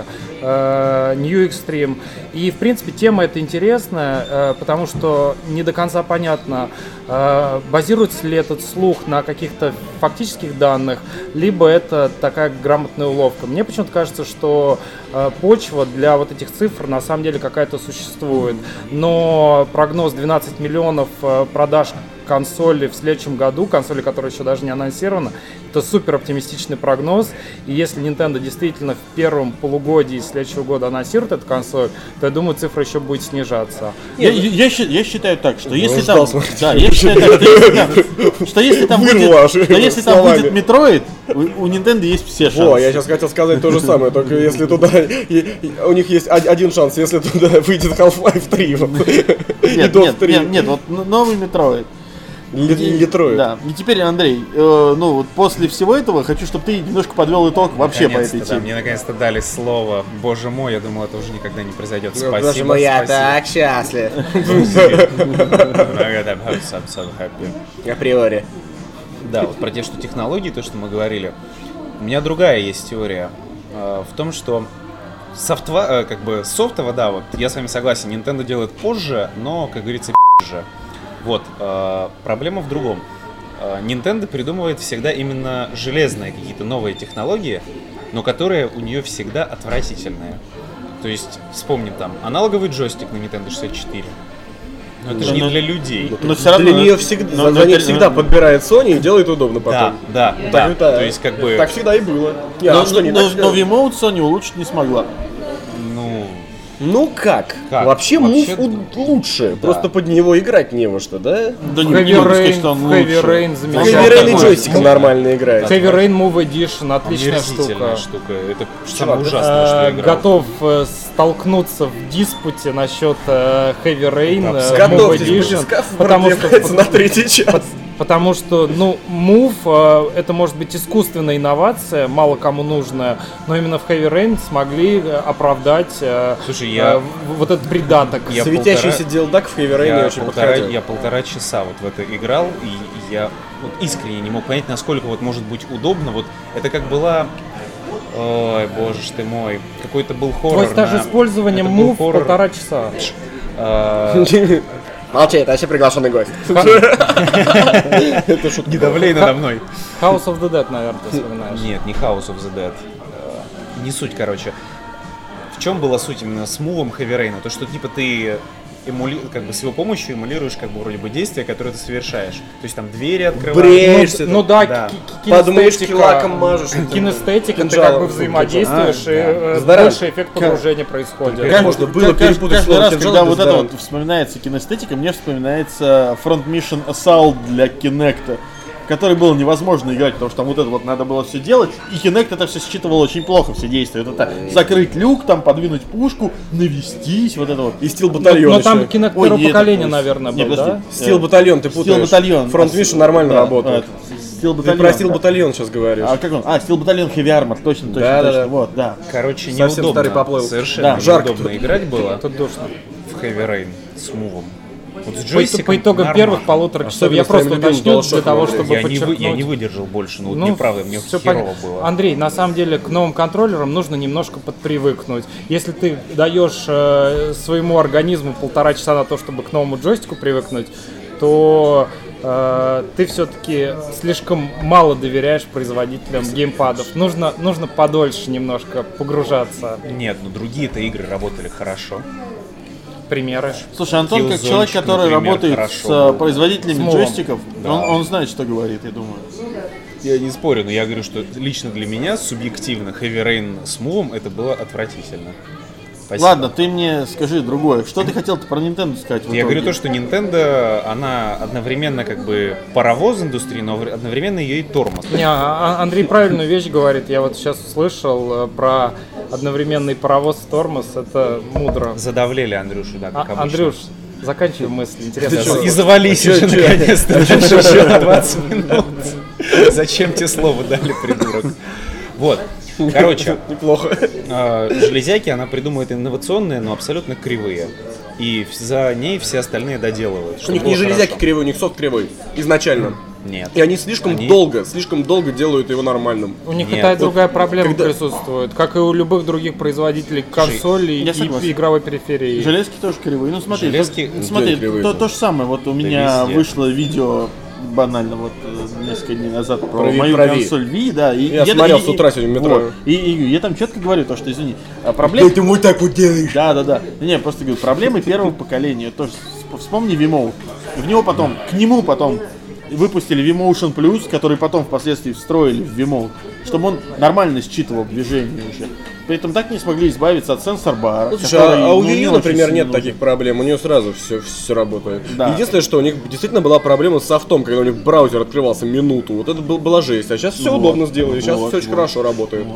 э, New Extreme. И, в принципе, тема эта интересная, э, потому что не до конца понятно, э, базируется ли этот слух на каких-то фактических данных, либо это такая грамотная уловка. Мне почему-то кажется, что э, почва для вот этих цифр на самом деле какая-то существует. Но прогноз двенадцать миллионов э, продаж консоли в следующем году, консоли, которая еще даже не анонсирована, это супер оптимистичный прогноз. И если Nintendo действительно в первом полугодии следующего года анонсирует эту консоль, то я думаю, цифра еще будет снижаться. Я, я, я щи- я считаю так, что если ждал, там, смотри. да, я считаю так, что если там, что если там Вырвал будет, аж что если там словами. будет Metroid, у, у Nintendo есть все шансы. О, я сейчас хотел сказать то же самое, только если туда... и- и- у них есть од- один шанс, если туда выйдет Half-Life три. вот. И Нет, Dot нет, три. нет, нет, вот н- новый Metroid. Ли- Литроид. Да. И теперь, Андрей, э, ну вот после всего этого хочу, чтобы ты немножко подвел итог вообще по этой Наконец-то, да, теме. мне наконец-то дали слово. Боже мой, я думал, это уже никогда не произойдет. Боже Спасибо, мой, я спасибо. так счастлив. I'm so happy. Априори. Да, вот про те, что технологии, то, что мы говорили. У меня другая есть теория. э, В том, что софтва, э, как бы софтово, да, вот я с вами согласен, Nintendo делает позже, но, как говорится, же. Вот, э, проблема в другом. Э, Nintendo придумывает всегда именно железные какие-то новые технологии, но которые у нее всегда отвратительные. То есть, вспомним там, аналоговый джойстик на Nintendo шестьдесят четыре. Но это же не Ну, для людей. Но все равно... Для нее всегда, но- за, но за них это- всегда подбирает Sony и делает удобно Да, потом. да, Так, да. это- То есть, как бы, Так всегда и было. Не, Но, а что не но- так всегда? но Wiimote Sony улучшить не смогла. ну, Ну как? Как? Вообще, Вообще, мув у- лучше. Просто под него играть не во что, да? Да не, Heavy не могу сказать, Rain, что он в Heavy лучше. Rain Heavy замечательно. Rain и такой. джойстиком нормально играет. Heavy Rain Move Edition, отличная омерзительная штука. штука. Это самое ужасное, что Э, я играл. Готов э, столкнуться в диспуте насчет э, Heavy Rain, э, Абсолютно. Move Готовьтесь, Edition, батискаф потому что, продлевается на третий час. потому что, ну, Move э, это может быть искусственная инновация, мало кому нужная, но именно в Heavy Rain смогли э, оправдать э, Слушай, я- э, в- вот этот придаток. Я Светящийся полтора- дилдак в Heavy Rain Я очень полтора, подходил. я полтора часа вот в это играл, и я вот искренне не мог понять, насколько вот может быть удобно. Вот это как была... Ой, боже ж ты мой. Какой-то был хоррор. Твой стаж на- использования это был Move хоррор. полтора часа. А, Молчи, это вообще приглашенный гость. Не давлей надо мной. House of the Dead, наверное, ты вспоминаешь. Нет, не House of the Dead. Э, Не суть, короче. В чем была суть именно с мувом Heavy Rain? То, что типа ты эмули... как бы с его помощью эмулируешь как бы вроде бы действия, которые ты совершаешь. То есть там двери открываешь. Бреешься. Ну, ну да, Да. ки- ки- Подмышки кинестетика- лаком мажешь. Кинестетика, ты Кинжалом. как бы взаимодействуешь, А, и э, Здорово. больше эффект погружения происходит. Как можно было каждый- перепутать каждый слово раз, кинжал когда и вот это дезодорант? вот вспоминается кинестетика, мне вспоминается Front Mission Assault для Kinect, в который было невозможно играть, потому что там вот это вот надо было все делать, и Kinect это все считывал очень плохо, все действия. Вот это закрыть люк, там подвинуть пушку, навестись, вот это вот. И стил Но, батальон но там еще. Kinect Ой, первого нет, поколения, это- наверное, не, был, подожди. да? Стил батальон, ты путаешь. Steel батальон. Фронт Mission нормально Да, работает. это, Steel Ты батальон. про Стил батальон сейчас говоришь. А как он? А, Steel батальон Heavy Armor, точно, точно, Да, да, точно. да. Вот, да. Короче, Совсем неудобно. старый поплыл. Совершенно Да. Жарко неудобно тут. играть было Тут душно. в Heavy Rain с мувом. Вот с По, джойстиком по итогам нормально. первых полутора часов Особенно я с твоим просто любимым уточню для DualShock, того, я чтобы я не, вы- подчеркнуть. я не выдержал больше, ну вот Ну, неправда, мне всё херово понятно. было. Андрей, на самом деле к новым контроллерам нужно немножко подпривыкнуть. Если ты даешь э, своему организму полтора часа на то, чтобы к новому джойстику привыкнуть, то э, ты все-таки слишком мало доверяешь производителям геймпадов. Нужно, нужно подольше немножко погружаться. Нет, ну другие-то игры работали хорошо. Примеры. Слушай, Антон, как Killzone, человек, который например, работает хорошо. с производителями С джойстиков, Да. он, он знает, что говорит, я думаю. Я не спорю, но я говорю, что лично для меня, субъективно, Heavy Rain с мувом это было отвратительно. Спасибо. Ладно, ты мне скажи другое. Что ты хотел-то про Nintendo сказать в Я итоге? говорю то, что Nintendo, она одновременно как бы паровоз индустрии, но одновременно ее и тормоз. Не, а- Андрей правильную вещь говорит. Я вот сейчас услышал э, про одновременный паровоз и тормоз. Это мудро. Задавлели Андрюшу, да, как А, обычно. Андрюш, заканчивай мысли. Интересно. Да, и завались уже наконец-то. Дальше еще на двадцать минут. Зачем тебе слово дали, придурок? Вот. Короче, Неплохо. э, железяки она придумывает инновационные, но абсолютно кривые. И в- за ней все остальные доделывают. У что них было не железяки хорошо. кривые, у них софт кривой. Изначально. Нет. И они слишком Они- долго, слишком долго делают его нормальным. У них Нет, это вот другая проблема когда- присутствует, как и у любых других производителей консолей я и согласен. игровой периферии. Железки тоже кривые. Ну смотри, Железки- то, смотри, кривые то, тоже. то же самое. Вот у меня везде. вышло видео банально вот э, несколько дней назад про, Про Ви- мою про Ви. консоль Ви, да. И Я смотрел и- с утра сегодня в метро. вот. И, и я там четко говорю то, что извини, а проблема. ты вот так вот делаешь? Да, да, да. Не, просто говорю, проблемы первого поколения. Тоже сп- вспомни Wiimote. В него потом, к нему потом выпустили Vimotion Plus, который потом впоследствии встроили в Wiimote, чтобы он нормально считывал движение уже. При этом так не смогли избавиться от сенсор-бара. Ну, слушай, который, а, а у ну, Wii не U, очень например, сильно нет нужен. таких проблем, у нее сразу все, все работает. Да. Единственное, что у них действительно была проблема с софтом, когда у них браузер открывался минуту. Вот это был- была жесть. А сейчас все Вот. удобно сделали, сейчас Вот, все очень вот. хорошо работает.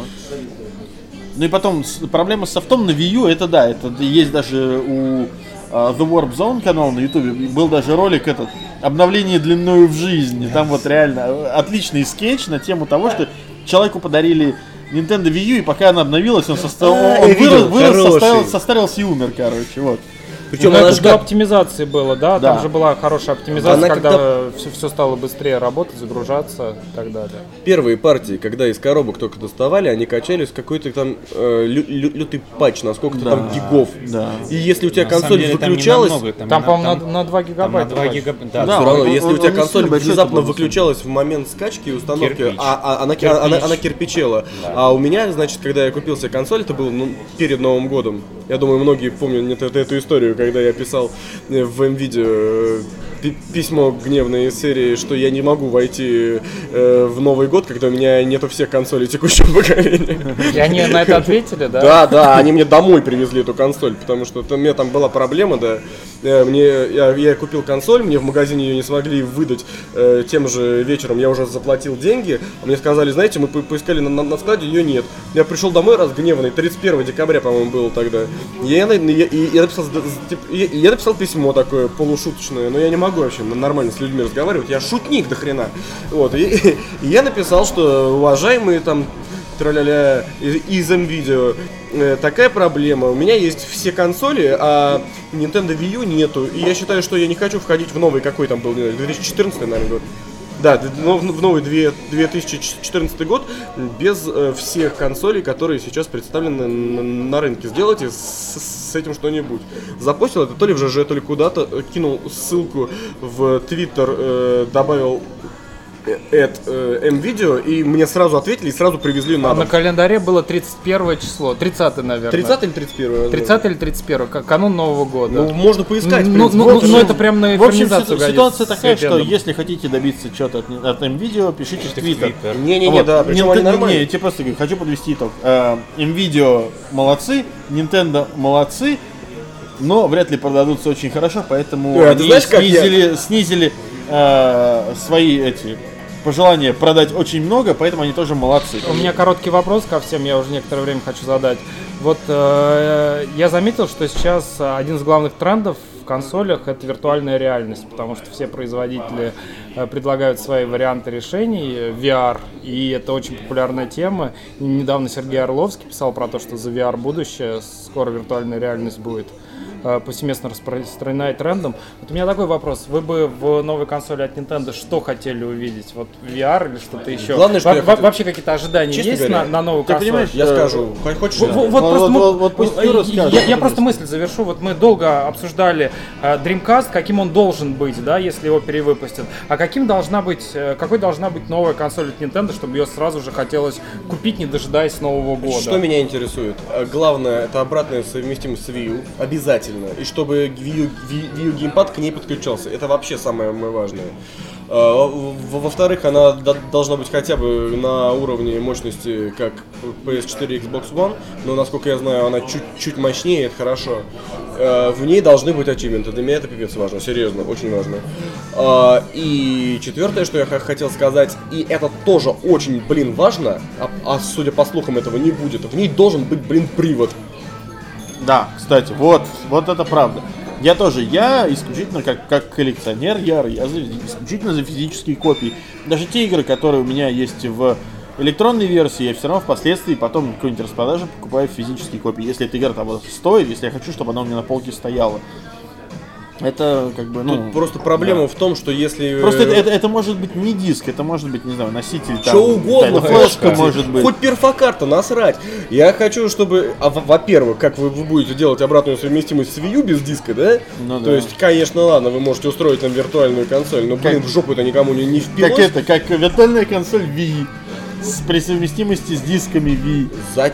Ну и потом с- проблема с софтом на Wii U, это да, это есть даже у а, The Warp Zone канал на YouTube, был даже ролик этот, обновление длиною в жизни. Там вот реально э, отличный скетч на тему того, что человеку подарили Nintendo Wii U, и пока она обновилась, он, состав... А, он я вырос, видел, вырос, хороший. состарил- состарился и умер, короче, вот. Причем Ну, она это же до как- оптимизации было, да? Да. Там же была хорошая оптимизация, Она когда когда- все, все стало быстрее работать, загружаться и так далее. Первые партии, когда из коробок только доставали, они качались какой-то там э, лю- лю- лютый патч на сколько-то Да, там гигов. да. И если у тебя На самом консоль деле, там не выключалась, намного, там, Там, не по-моему, там- на, на два там на гигабайта. два больше. гигабайта. Да, Да, все равно, он- если он- у тебя он не консоль сильно большой, внезапно это был. выключалась в момент скачки и установки, Кирпич. а, а она, Кирпич. она, она кирпичела. А у меня, значит, когда я купил себе консоль, это было ну, перед Новым годом. Я думаю, многие помнят эту, эту историю, когда я писал э, в МВидео э, пи- письмо гневное из серии, что я не могу войти э, в Новый год, когда у меня нету всех консолей текущего поколения. И они на это ответили, да? Да, да, они мне домой привезли эту консоль, потому что там, у меня там была проблема, да. Э, Мне, я, я купил консоль, мне в магазине ее не смогли выдать э, тем же вечером, я уже заплатил деньги. А мне сказали, знаете, мы по- поискали на, на- на складе, ее нет. Я пришел домой разгневанный, тридцать первого декабря, по-моему, было тогда. Я, на- я, и я, написал, типа, я, я написал письмо такое полушуточное, но я не могу вообще нормально с людьми разговаривать, я шутник до хрена. Вот, и, и я написал, что уважаемые там тра-ля-ля, из МВидео. Э, Такая проблема. У меня есть все консоли, а Nintendo Wii U нету. И я считаю, что я не хочу входить в новый, какой там был, не знаю, две тысячи четырнадцатый, наверное, год. Да, д- но в в новый две- две тысячи четырнадцатый год без э, всех консолей, которые сейчас представлены на, на рынке. Сделайте с, с этим что-нибудь. Запостил это то ли в ЖЖ, то ли куда-то, э, кинул ссылку в Твиттер, э, добавил эд МВидео, и мне сразу ответили и сразу привезли на А на дом. календаре было тридцать первое число, тридцатое, наверное. тридцатое или тридцать первое? тридцатое или тридцать первое, ка- канун Нового года. Ну, можно поискать. в Ну, принципе. ну, Вот ну, же. ну, это прям на В общем, экранизацию ситу- годится ситуация с такая, что хэппи-эндом. если хотите добиться чего-то от, от МВидео, пишите в Твиттер. Не-не-не, Вот. да, причем Nintendo- они не, нормальные. я тебе просто говорю, хочу подвести итог. Э, МВидео молодцы, Nintendo молодцы, но вряд ли продадутся очень хорошо, поэтому Ой, а они ты знаешь, как я- снизили, снизили э, свои эти пожелания продать очень много, поэтому они тоже молодцы. У меня короткий вопрос ко всем, я уже некоторое время хочу задать. Вот э, я заметил, что сейчас один из главных трендов в консолях — это виртуальная реальность, потому что все производители э, предлагают свои варианты решений э, ви ар, и это очень популярная тема. И недавно Сергей Орловский писал про то, что за ви ар будущее, скоро виртуальная реальность будет. э, повсеместно распространена и трендом. Вот у меня такой вопрос. Вы бы в новой консоли от Nintendo что хотели увидеть? Вот ви ар или что-то еще? Главное, что Во- я во- хотел- Вообще какие-то ожидания Честно есть говоря, на, на новую ты консоль? понимаешь, Я Э, скажу. Хочешь? Вот, да? вот Вот- просто вот- мы- вот- вот пусть э, Юра скажет. я, я просто мысль завершу. Вот мы долго обсуждали э, Dreamcast, каким он должен быть, да, если его перевыпустят. А каким должна быть, э, какой должна быть новая консоль от Nintendo, чтобы ее сразу же хотелось купить, не дожидаясь Нового года? Что меня интересует? Э, Главное, это обратная совместимость с Wii U. Обязательно. И чтобы Wii U, Wii, Wii U геймпад к ней подключался. Это вообще самое важное. Э, во- Во-вторых, она до- должна быть хотя бы на уровне мощности, как пи эс четыре и Xbox One. Но, насколько я знаю, она чуть-чуть мощнее, это хорошо. Э, В ней должны быть ачивменты. Для меня это пипец важно. Серьезно, очень важно. Э, И четвертое, что я х- хотел сказать, и это тоже очень, блин, важно, а, а судя по слухам этого не будет. В ней должен быть, блин, привод. Да, кстати, вот, вот это правда. Я тоже, я исключительно как, как коллекционер ярый, я за- исключительно за физические копии. Даже те игры, которые у меня есть в электронной версии, я все равно впоследствии потом на какой-нибудь распродаже покупаю физические копии. Если эта игра того стоит, если я хочу, чтобы она у меня на полке стояла. Это как бы, ну... Тут просто проблема да. в том, что если... Просто это, это, это может быть не диск, это может быть, не знаю, носитель, там, Что угодно, какая-то флешка хоть- может быть. Хоть перфокарта, насрать. Я хочу, чтобы, а, во- во-первых, как вы, вы будете делать обратную совместимость с Wii U без диска, да? Ну То да. есть, конечно, ладно, вы можете устроить нам виртуальную консоль, но, блин, Как- в жопу это никому не, не впилось. Как это, как виртуальная консоль Wii с, при совместимости с дисками Wii.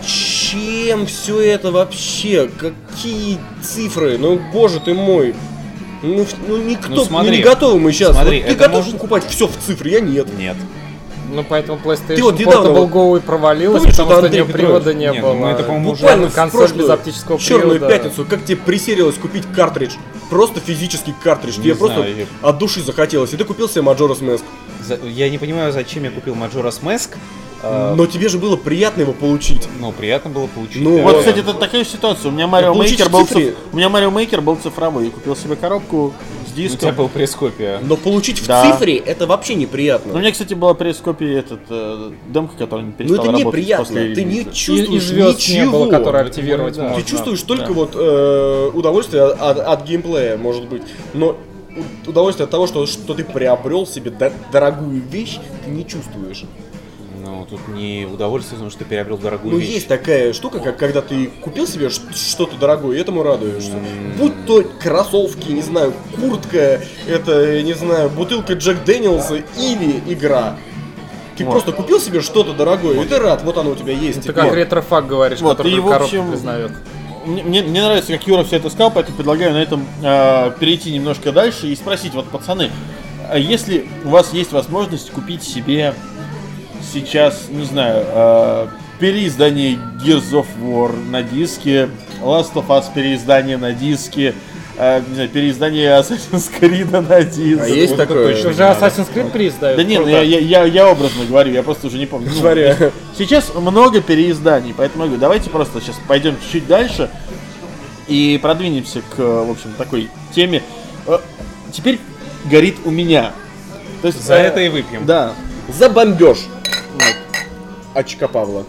Зачем все это вообще? Какие цифры? Ну, боже ты мой. Ну, в- ну никто, Ну, смотри. ну, не готовы мы сейчас. Смотри, Вот ты это готов может- покупать все в цифре? Я нет. Нет. Ну, поэтому PlayStation Ты вот недавно Portable вот- Go и провалилась, Помнишь, потому что что у Андрей нее Петрович? привода не Нет, было. ну, это, по-моему, уже Буквально в консоль прошлую без оптического черную привода. пятницу, как тебе присерилось купить картридж, просто физический картридж, Не тебе знаю, просто я- от души захотелось, и ты купил себе Majora's Mask. За- Я не понимаю, зачем я купил Majora's Mask. а, Но тебе же было приятно его получить. Ну, приятно было получить. Ну, да. Вот, кстати, это такая же ситуация. У меня Mario Получить Maker в был цифре. циф- у меня Mario Maker был цифровой. Я купил себе коробку с У тебя диском. был пресс-копия. Но получить в Да. цифре это вообще неприятно. У меня, кстати, была пресс-копия этот э, демка, которая не Ну перестала это работать неприятно, после ты не релиза. И, чувствуешь и звезд ничего. не было, которые Это активировать да. можно. Ты чувствуешь только Да. вот э, удовольствие от, от геймплея, может быть, но у- удовольствие от того, что, что ты приобрел себе до- дорогую вещь, ты не чувствуешь. Ну, тут не удовольствие, потому что ты приобрел дорогую Ну вещь. есть такая штука, как когда ты купил себе ш- что-то дорогое и этому радуешься. Будь то кроссовки, не знаю, куртка, это, не знаю, бутылка Джек Дэниелса или игра. Ты Вот. просто купил себе что-то дорогое, и ты рад, вот оно у тебя есть. Ты теперь. как ретрофак говоришь, Вот, который и, только в коробку общем, признает. Мне, мне- мне нравится, как Юра все это сказал, поэтому предлагаю на этом э, перейти немножко дальше и спросить, вот, пацаны, а если у вас есть возможность купить себе сейчас, не знаю, э, переиздание Gears of War на диске, Last of Us переиздание на диске, э, не знаю, переиздание Assassin's Creed на диске. А есть Вот это такое? точно. Уже Assassin's Creed переиздают? Да нет, ну, я, я, я, я образно говорю, я просто уже не помню. Ну, Смотри. Сейчас много переизданий, поэтому я говорю, давайте просто сейчас пойдем чуть дальше и продвинемся к, в общем, такой теме. Э, Теперь горит у меня. То есть, За э, это и выпьем. Да. За бомбеж. Очка Павла.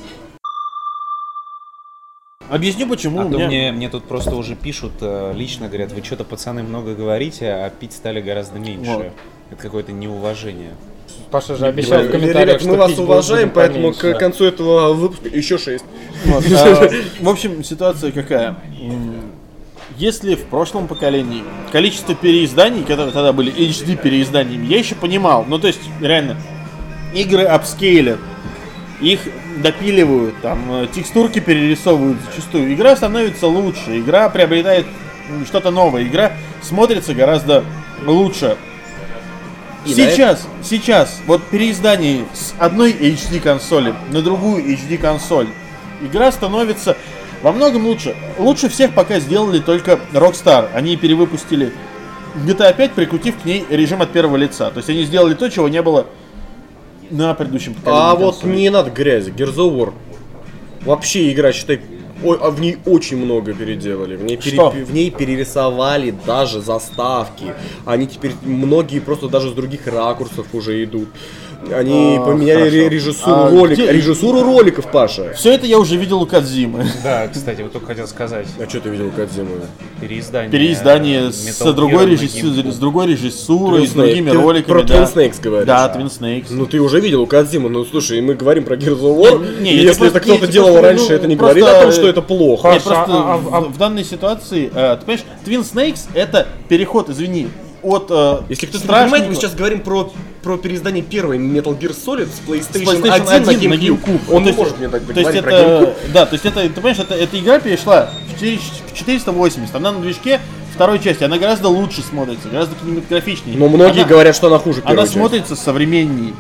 Объясню, почему А у то меня... мне, мне тут просто уже пишут, э, лично говорят, вы что-то, пацаны, много говорите, а пить стали гораздо меньше. Вот. Это какое-то неуважение. Паша же обещал в Ребят, комментариях, что мы вас пить будет уважаем, поэтому поменьше. к концу этого выпуска еще шесть. Вот, а, в общем, ситуация какая? М, Если в прошлом поколении количество переизданий, которые тогда были эйч ди переизданиями, я еще понимал. Ну, то есть, реально, игры апскейлят, их допиливают, там, э, текстурки перерисовывают зачастую. Игра становится лучше, игра приобретает м, что-то новое, игра смотрится гораздо лучше. И Сейчас, сейчас, вот переиздание с одной эйч ди консоли на другую эйч ди консоль, игра становится во многом лучше. Лучше всех пока сделали только Rockstar. Они перевыпустили джи ти эй пять, прикрутив к ней режим от первого лица. То есть они сделали то, чего не было на предыдущем поколении А вот консолей. не надо грязи. Gears of War. Вообще игра, считай, ой, а в ней очень много переделали. В ней, пере- Что? в ней перерисовали даже заставки. Они теперь многие просто даже с других ракурсов уже идут. Они А, поменяли хорошо. ре- режиссуру, А ролик, где- режиссуру роликов, Паша. Все это я уже видел у Кодзимы. Да, кстати, вот только хотел сказать. А что ты видел у Кодзимы? Переиздание. Переиздание с Metal другой, Gear на режиссурой, GameCube. с другой режиссурой, Twin с другими Snake. Ты роликами. про да. Twin Snakes говоришь? Да, А. Twin Snakes. Ну ты уже видел у Кодзимы, ну слушай, мы говорим про Gears of War, Не, и я если просто- это кто-то не, делал просто, раньше, ну, это не просто, говорит о том, что э, это плохо. Нет, просто а- а- в, а- в данной ситуации, э, ты понимаешь, Twin Snakes это переход, извини, от э, Если кто-то не страшного- понимает, мы сейчас говорим про, про переиздание первой Metal Gear Solid с с PlayStation, PlayStation один, на один на GameCube. GameCube. Он То не есть- может мне так То есть говорить про это, GameCube. да, то есть это, ты понимаешь, это, эта игра перешла в четыре- в четыреста восемьдесят, она на движке второй части, она гораздо лучше смотрится, гораздо кинематографичнее. Но многие Она- говорят, что она хуже первой Она части. смотрится современней.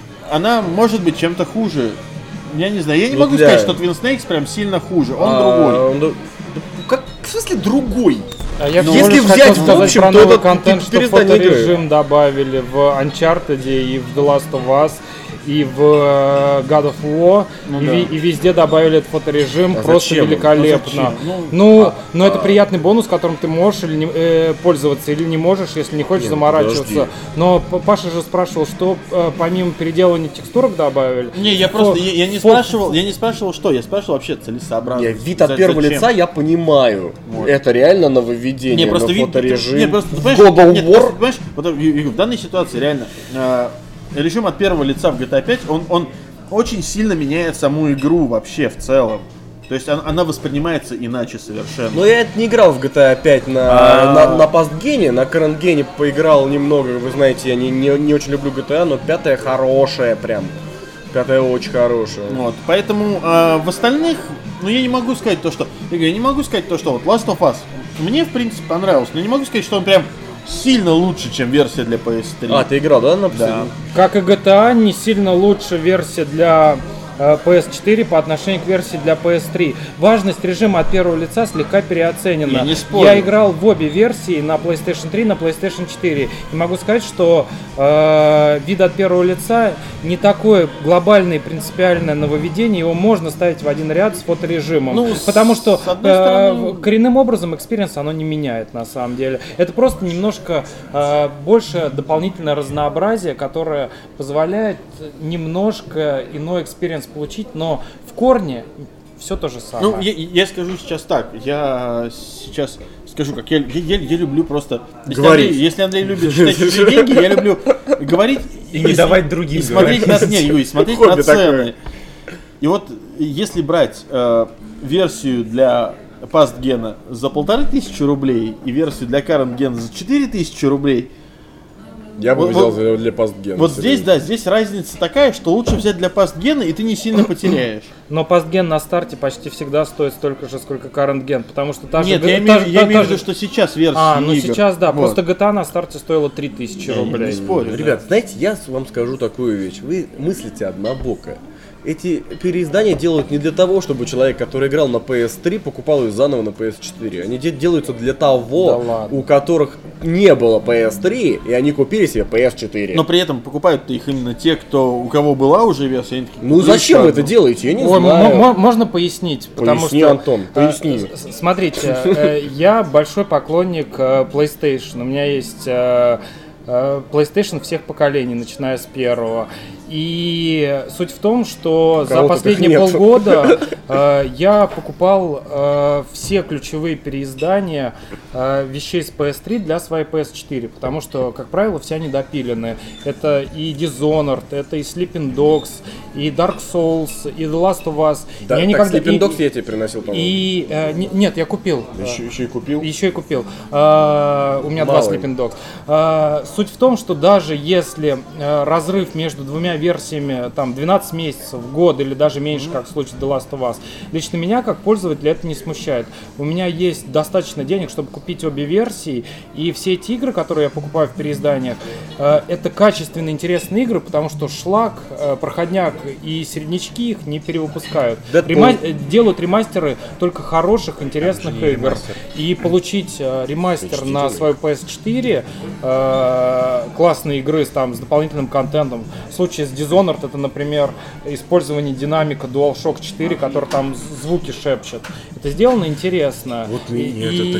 Она может быть чем-то хуже. Я не знаю, я не Ну, могу для- сказать, что Twin Snakes прям сильно хуже. Он А, другой. он ду- да как, в смысле другой? А я Ну, всего если лишь взять хотел в сказать общем, про то новый это контент, что переиздание игры. фоторежим добавили в Uncharted и в The Last of Us и в э, God of War, Ну и, да. ви- и везде добавили этот фоторежим, А просто зачем? великолепно. Ну, зачем? Ну, но это приятный бонус, которым ты можешь или не, э, пользоваться или не можешь, если не хочешь Не, заморачиваться. подожди. Но П- Паша же спрашивал, что э, помимо переделывания текстурок добавили. Не, я Фо- просто, я, я не фо- спрашивал, я не спрашивал, что, я спрашивал вообще целесообразно. Не, вид от первого лица я понимаю. Вот. Это реально нововведение, Не, просто но вид, фоторежим. не, просто, ты в понимаешь, God of нет, War. просто, понимаешь, вот, я- я говорю, в данной ситуации реально э, режим от первого лица в джи ти эй пять, он, он очень сильно меняет саму игру вообще в целом. То есть она, она воспринимается иначе совершенно. Но я это не играл в джи ти эй пять на, А. на, на пастгене, на карантгене поиграл немного, вы знаете, я не, не, не очень люблю джи ти эй, но пятая хорошая прям. Пятая очень хорошая. Вот, поэтому э, в остальных, ну я не могу сказать то, что, я говорю, я не могу сказать то, что вот Last of Us мне в принципе понравился, но не могу сказать, что он прям сильно лучше, чем версия для пи эс три. А, ты играл, да, на Да. последнем? Как и джи ти эй, не сильно лучше версия для э, пи эс четыре по отношению к версии для пи эс три. Важность режима от первого лица слегка переоценена. Я не спорю. Я играл в обе версии на PlayStation три, на PlayStation четыре. И могу сказать, что э, вид от первого лица не такое глобальное и принципиальное нововведение. Его можно ставить в один ряд с фоторежимом. Ну, потому что с одной э, стороны- коренным образом экспириенс оно не меняет на самом деле. Это просто немножко э, больше дополнительное разнообразие, которое позволяет немножко иной экспириенс получить, но в корне все то же самое. Ну, я, я скажу сейчас так, я сейчас скажу, как я, я, я люблю просто... Если Говорить. Андрей, если Андрей любит считать чужие деньги, я люблю говорить И не давать другим и смотреть на, не, Юрий, смотреть Хобби на такое. цены. И вот если брать э, версию для пастгена за полторы тысячи рублей и версию для карент-гена за четыре тысячи рублей, Я бы Вот- взял вот- за- для пастгена. вот здесь, да, здесь разница такая, что лучше взять для пастгена, и ты не сильно потеряешь. Но пастген на старте почти всегда стоит столько же, сколько current gen, потому что та же... Нет, г- я та имею, же- я та- имею та в виду, же- что сейчас версия А, ну игр. сейчас да, Вот. просто джи ти эй на старте стоила три тысячи Я не рублей. спорю. Ребят, знаете, я вам скажу такую вещь. Вы мыслите однобоко. Эти переиздания делают не для того, чтобы человек, который играл на пи эс три, покупал ее заново на пи эс четыре. Они де- делаются для Да того, ладно. у которых не было пи эс три, и они купили себе пи эс четыре. Но при этом покупают-то их именно те, кто, у кого была уже версия. они такие, Ну «Куплю зачем еще вы это одну». делаете? Я не Ой, м- знаю. м- можно пояснить, потому Поясни, что... Антон, поясни. э, с- Смотрите, э, я большой поклонник э, PlayStation. У меня есть э, э, PlayStation всех поколений, начиная с первого. И суть в том, что за Кого-то последние так нету. полгода э, я покупал э, все ключевые переиздания э, вещей с пи эс три для своей пи эс четыре, потому что, как правило, все они допилены. Это и Dishonored, это и Sleeping Dogs, и Dark Souls, и The Last of Us. Да, я так никогда... Sleeping и- Dogs я тебе приносил, по-моему. и э, не- нет, я купил. Еще, еще и купил. Еще и купил. А, у меня Мало два им. Sleeping Dogs. А, суть в том, что даже если э, разрыв между двумя версиями там двенадцать месяцев, год или даже меньше, как в случае The Last of Us, лично меня как пользователя это не смущает. У меня есть достаточно денег, чтобы купить обе версии, и все эти игры, которые я покупаю в переизданиях, э, это качественные, интересные игры, потому что шлак, э, проходняк и середнячки их не перевыпускают. Deadpool. Рема- э, делают ремастеры только хороших, интересных же не игр. ремастер. И получить э, ремастер на свою пи эс четыре, э, классные игры с, там, с дополнительным контентом. В случае с Dishonored это, например, использование динамика DualShock четыре, который там з- звуки шепчет. Это сделано интересно. Вот меня И- это так бесит.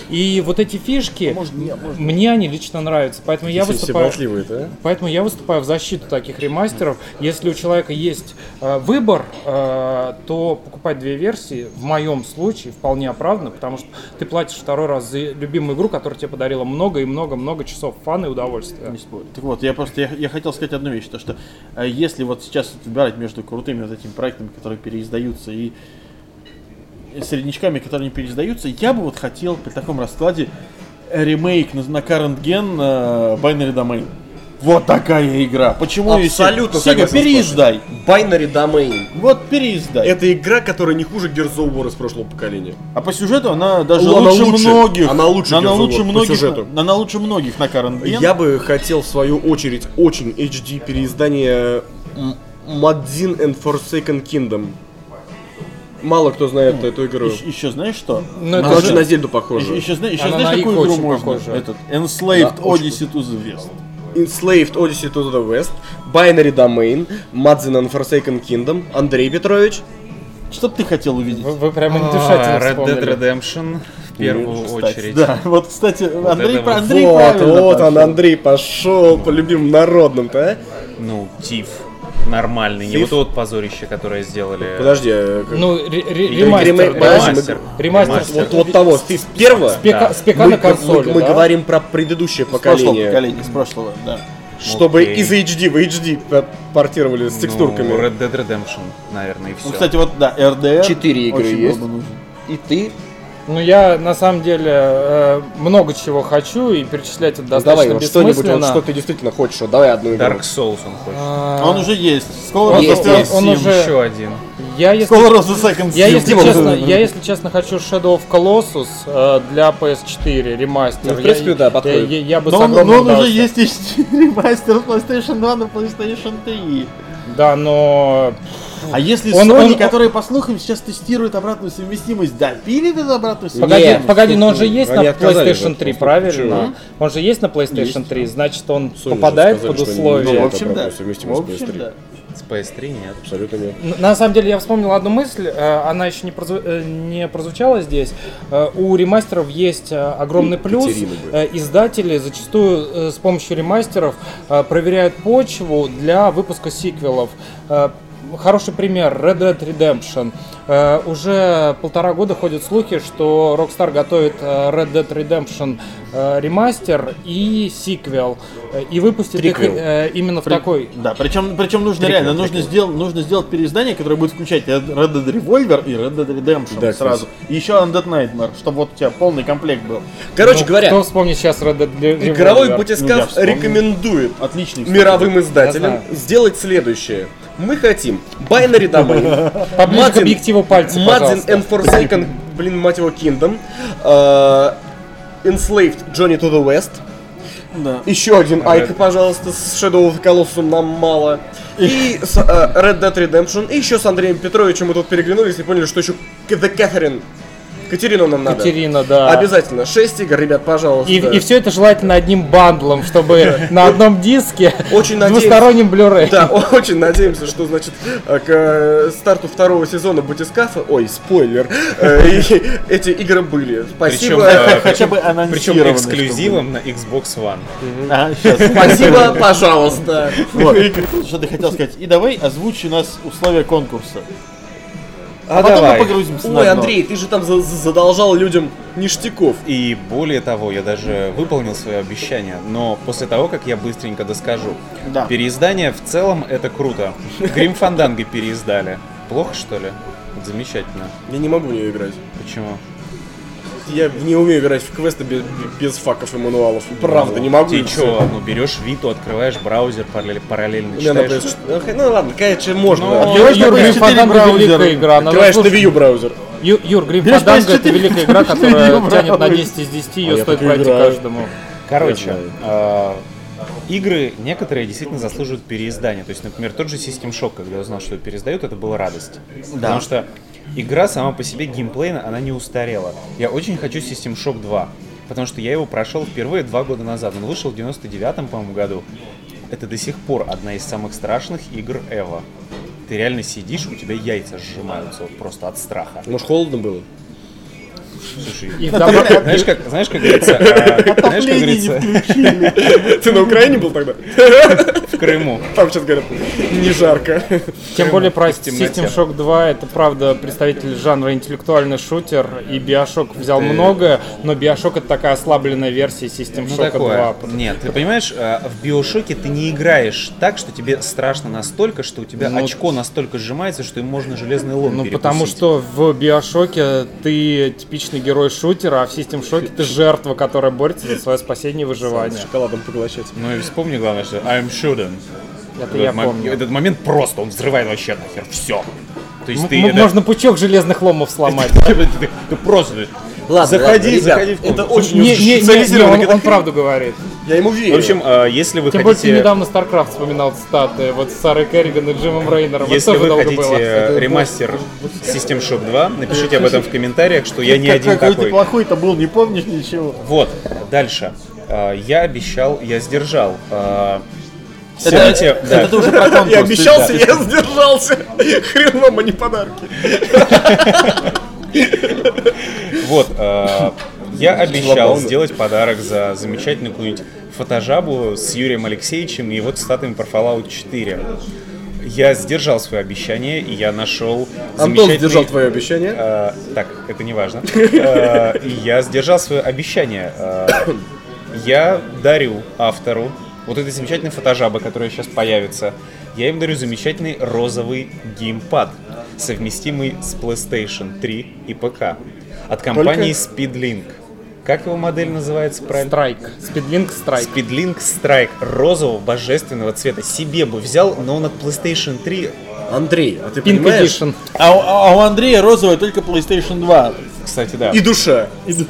И вот эти фишки, Может, нет, может. мне они лично нравятся, поэтому я Все выступаю... болтливые, да? Поэтому я выступаю в защиту таких ремастеров. Если у человека есть э, выбор, э, то покупать две версии в моем случае вполне оправданно, потому что ты платишь второй раз за любимую игру, которая тебе подарила много и много-много часов фана и удовольствия. Не спорю. Так вот, я просто я, я хотел сказать одну вещь, то что э, если вот сейчас выбирать между крутыми вот этими проектами, которые переиздаются, и среднячками, которые не переиздаются, я бы вот хотел при таком раскладе ремейк на, на current gen э, Binary Domain. Вот такая игра. Почему ее Абсолютно Сега, согласен с переиздай. Binary Domain. Вот переиздай. Это игра, которая не хуже Gears of War из прошлого поколения. А по сюжету она даже Она лучше, лучше. многих. Она лучше Она Gears of лучше War по многих. сюжету. Она лучше многих на current gen. Я бы хотел в свою очередь очень эйч ди переиздание м- Madden and Forsaken Kingdom. Мало кто знает эту игру. Еще, еще знаешь что? Ну, Она это очень же- на Зельду похожа. Еще, еще, знаешь, еще Она знаешь, на какую Ик игру очень можно? похожа. Этот Enslaved Да, очень. Odyssey to the West. Enslaved Odyssey to the West, Binary Domain, Madden and Forsaken Kingdom, Андрей Петрович. Что бы ты хотел увидеть? Вы, вы прямо А, индюшатина Red Dead вспомнили. Redemption в первую Кстати, очередь. Да, вот, кстати, Андрей, это про- вот. Андрей Вот, правильно вот он, пошел. Андрей пошел по любимым народным-то, а? Ну, Тиф нормальный, не Thief? вот это позорище, которое сделали. Подожди, а как- Ну, ре- ре- Ремейк- ремастер, да? Ремастер. Ремастер. вот, вот того, с первого. С ПК, Да. с ПК Мы, на консоли, мы- мы да? говорим про предыдущее С прошлого поколение, поколения, с прошлого, да. чтобы Окей. из эйч ди в эйч ди по- портировали с Ну, текстурками. Red Dead Redemption, наверное, и все. Ну, кстати, вот, да, эр ди ар Четыре игры очень есть. был бы нужен. И ты? Ну, я на самом деле э, много чего хочу, и перечислять это Давай, достаточно вот что-нибудь, вот, бессмысленно. что ты действительно хочешь. Вот давай одну игру. Dark Souls он хочет. А, Он уже есть. Скоро Он- Есть, Rosa есть. он Sim. уже- Еще один. Я, если, Скоро Rosa Second я, Sim. если Дима, честно, ну, я, если честно, хочу Shadow of Colossus э, для пи эс четыре, ремастер. Ну, в принципе, я, да, подходит. Я, я- я бы Но с он, но огромным он уже удовольствием. есть эйч ди ремастер PlayStation два на PlayStation три. Да, но... А если Он- Sony, он- которые, по слухам, сейчас тестируют обратную совместимость, допилит эту обратную совместимость? Погоди, Нет, погоди, но он же есть они на отказались PlayStation от три, этого. правильно? Почему? Он же есть на PlayStation Есть. три, значит он Sony же попадает сказали, под что они условия. не Ну, в делают общем, да. обратную совместимость В с пи эс общем, три. да. С пи эс три нет. Абсолютно нет. Н- На самом деле я вспомнил одну мысль, э, она еще не, прозву- э, не прозвучала здесь. Э, У ремастеров есть э, огромный плюс. Катерина бы. Э, Издатели зачастую э, с помощью ремастеров э, проверяют почву для выпуска сиквелов. Э, Хороший пример Red Dead Redemption. Э, Уже полтора года ходят слухи, что Rockstar готовит э, Red Dead Redemption э, ремастер и сиквел. Э, И выпустит их Триквел. э, именно в При- такой... Да, причем, причем нужно Триквел, реально, нужно триквел. сделать, нужно сделать переиздание, которое будет включать Red Dead Revolver и Red Dead Redemption Да, сразу. И еще Undead Nightmare, чтобы вот у тебя полный комплект был. Короче Ну, говоря, Кто вспомнит сейчас Red Dead Revolver? игровой Ну, я батискаф вспомнил. рекомендует Отличный. кстати. мировым Я издателям знаю. сделать следующее. Мы хотим Binary Domain, Поближе к Madden- объективу пальца, Madden пожалуйста. and Forsaken, блин, мать его, Kingdom, э, Enslaved Journey to the West, Да. еще один Айк, пожалуйста, с Shadow of the Colossus нам мало, и с, э, Red Dead Redemption, и еще с Андреем Петровичем мы тут переглянулись и поняли, что еще The Catherine, Катерину нам надо. Катерина, да. Обязательно. шесть игр, ребят, пожалуйста. И, и все это желательно одним бандлом, чтобы на одном диске Очень с надеюсь- двусторонним Blu-ray. Да, очень надеемся, что, значит, э, к э, старту второго сезона Батискафа, ой, спойлер, э, и эти игры были. Причем, Спасибо, э, Хотя бы причем анонсировано. эксклюзивом на Xbox One. А, сейчас. спасибо, пожалуйста. Вот. Что ты хотел сказать? И давай озвучи у нас условия конкурса. А потом давай. мы погрузимся на Ой, дно. Андрей, ты же там за- за- задолжал людям ништяков. И более того, я даже выполнил свое обещание, но после того, как я быстренько доскажу. Да. Переиздание в целом это круто. Грим Фанданго переиздали. Плохо, что ли? Вот замечательно. Я не могу в нее играть. Почему? Я не умею играть в квесты без, без факов и мануалов. Правда, не могу. Ты что, ну берешь Виту, открываешь браузер, параллель- параллельно У меня на читаешь. пи эс четыре. Ну ладно, конечно, можно. Ну, Открываешь Юр, на Грим пи эс четыре Фанданго браузер. великая игра. Надо Открываешь на слушать- Wii U браузер. Ю- Юр, Грим Берешь Фанданго пи эс это четыре, великая игра, которая Wii U тянет на браузер. десять из десяти, А ее я стоит так пройти играю. каждому. Короче, Я знаю. э, игры некоторые действительно заслуживают переиздания. То есть, например, тот же System Shock, когда я узнал, что его переиздают, это была радость. Потому что игра сама по себе геймплейно, она не устарела. Я очень хочу System Shock два, потому что я его прошел впервые два года назад. Он вышел в девяносто девятом, по-моему, году. Это до сих пор одна из самых страшных игр Эва. Ты реально сидишь, у тебя яйца сжимаются вот просто от страха. Может, холодно было? Слушай, И вдобавок- знаешь, как, знаешь, как говорится, а, знаешь, как Отопление не говорится, включили. Ты на Украине был тогда? в Крыму. Там сейчас говорят, не жарко. Тем более про темноте. System Shock два, это правда представитель жанра интеллектуальный шутер, и Bioshock взял Ты- многое, но Bioshock это такая ослабленная версия System Ну Shock такое. два. Нет, ты понимаешь, э, в Биошоке ты не играешь так, что тебе страшно настолько, что у тебя Ну, очко настолько сжимается, что им можно железный лом Ну, перекусить. потому что в Биошоке ты типичный герой шутера, а в System Shock ты жертва, которая борется за свое спасение и выживание. Шоколадом поглощать. Ну и вспомни, главное, что I'm shooting. Это я Этот мо- помню. Этот момент просто, он взрывает вообще нахер все. То есть М- ты, м- это- Можно пучок железных ломов сломать. ты, ты- ты просто Ладно, заходи, ладно, ребят, заходи в это комнату. очень Не, не, не, не, специализированный он, он правду говорит. Я ему верю. В общем, э, если вы Тем более ты хотите, недавно StarCraft вспоминал цитаты вот с Сарой Керриган и Джимом Рейнером. Это если тоже вы долго хотите было. э, ремастер System Shock два, напишите об этом в комментариях, что я не Как- один Какой ты такой. плохой-то был, не помнишь ничего. Вот, дальше. Э, Я обещал, я сдержал. Э, Это, Помните, да. это ты уже про конкурс. Я обещался, ты- я сдержался. Хрен вам, а не подарки. Вот, э, я обещал Забавно. сделать подарок за замечательную какую-нибудь фотожабу с Юрием Алексеевичем и его цитатами про Fallout четыре. Я сдержал свое обещание, и я нашел Антон замечательный- сдержал твое обещание. Э, так, это не важно. Э, и я сдержал свое обещание. Э, я дарю автору вот этой замечательной фотожабы, которая сейчас появится. Я им дарю замечательный розовый геймпад, совместимый с PlayStation три и ПК. От компании Speedlink. Как его модель называется правильно? Страйк. Speedlink Strike. Speedlink Strike розового божественного цвета. Себе бы взял, но он от PlayStation три. Андрей, а ты Pink понимаешь? Edition. А, у- а у Андрея розовая только PlayStation два. Кстати, да. И душа.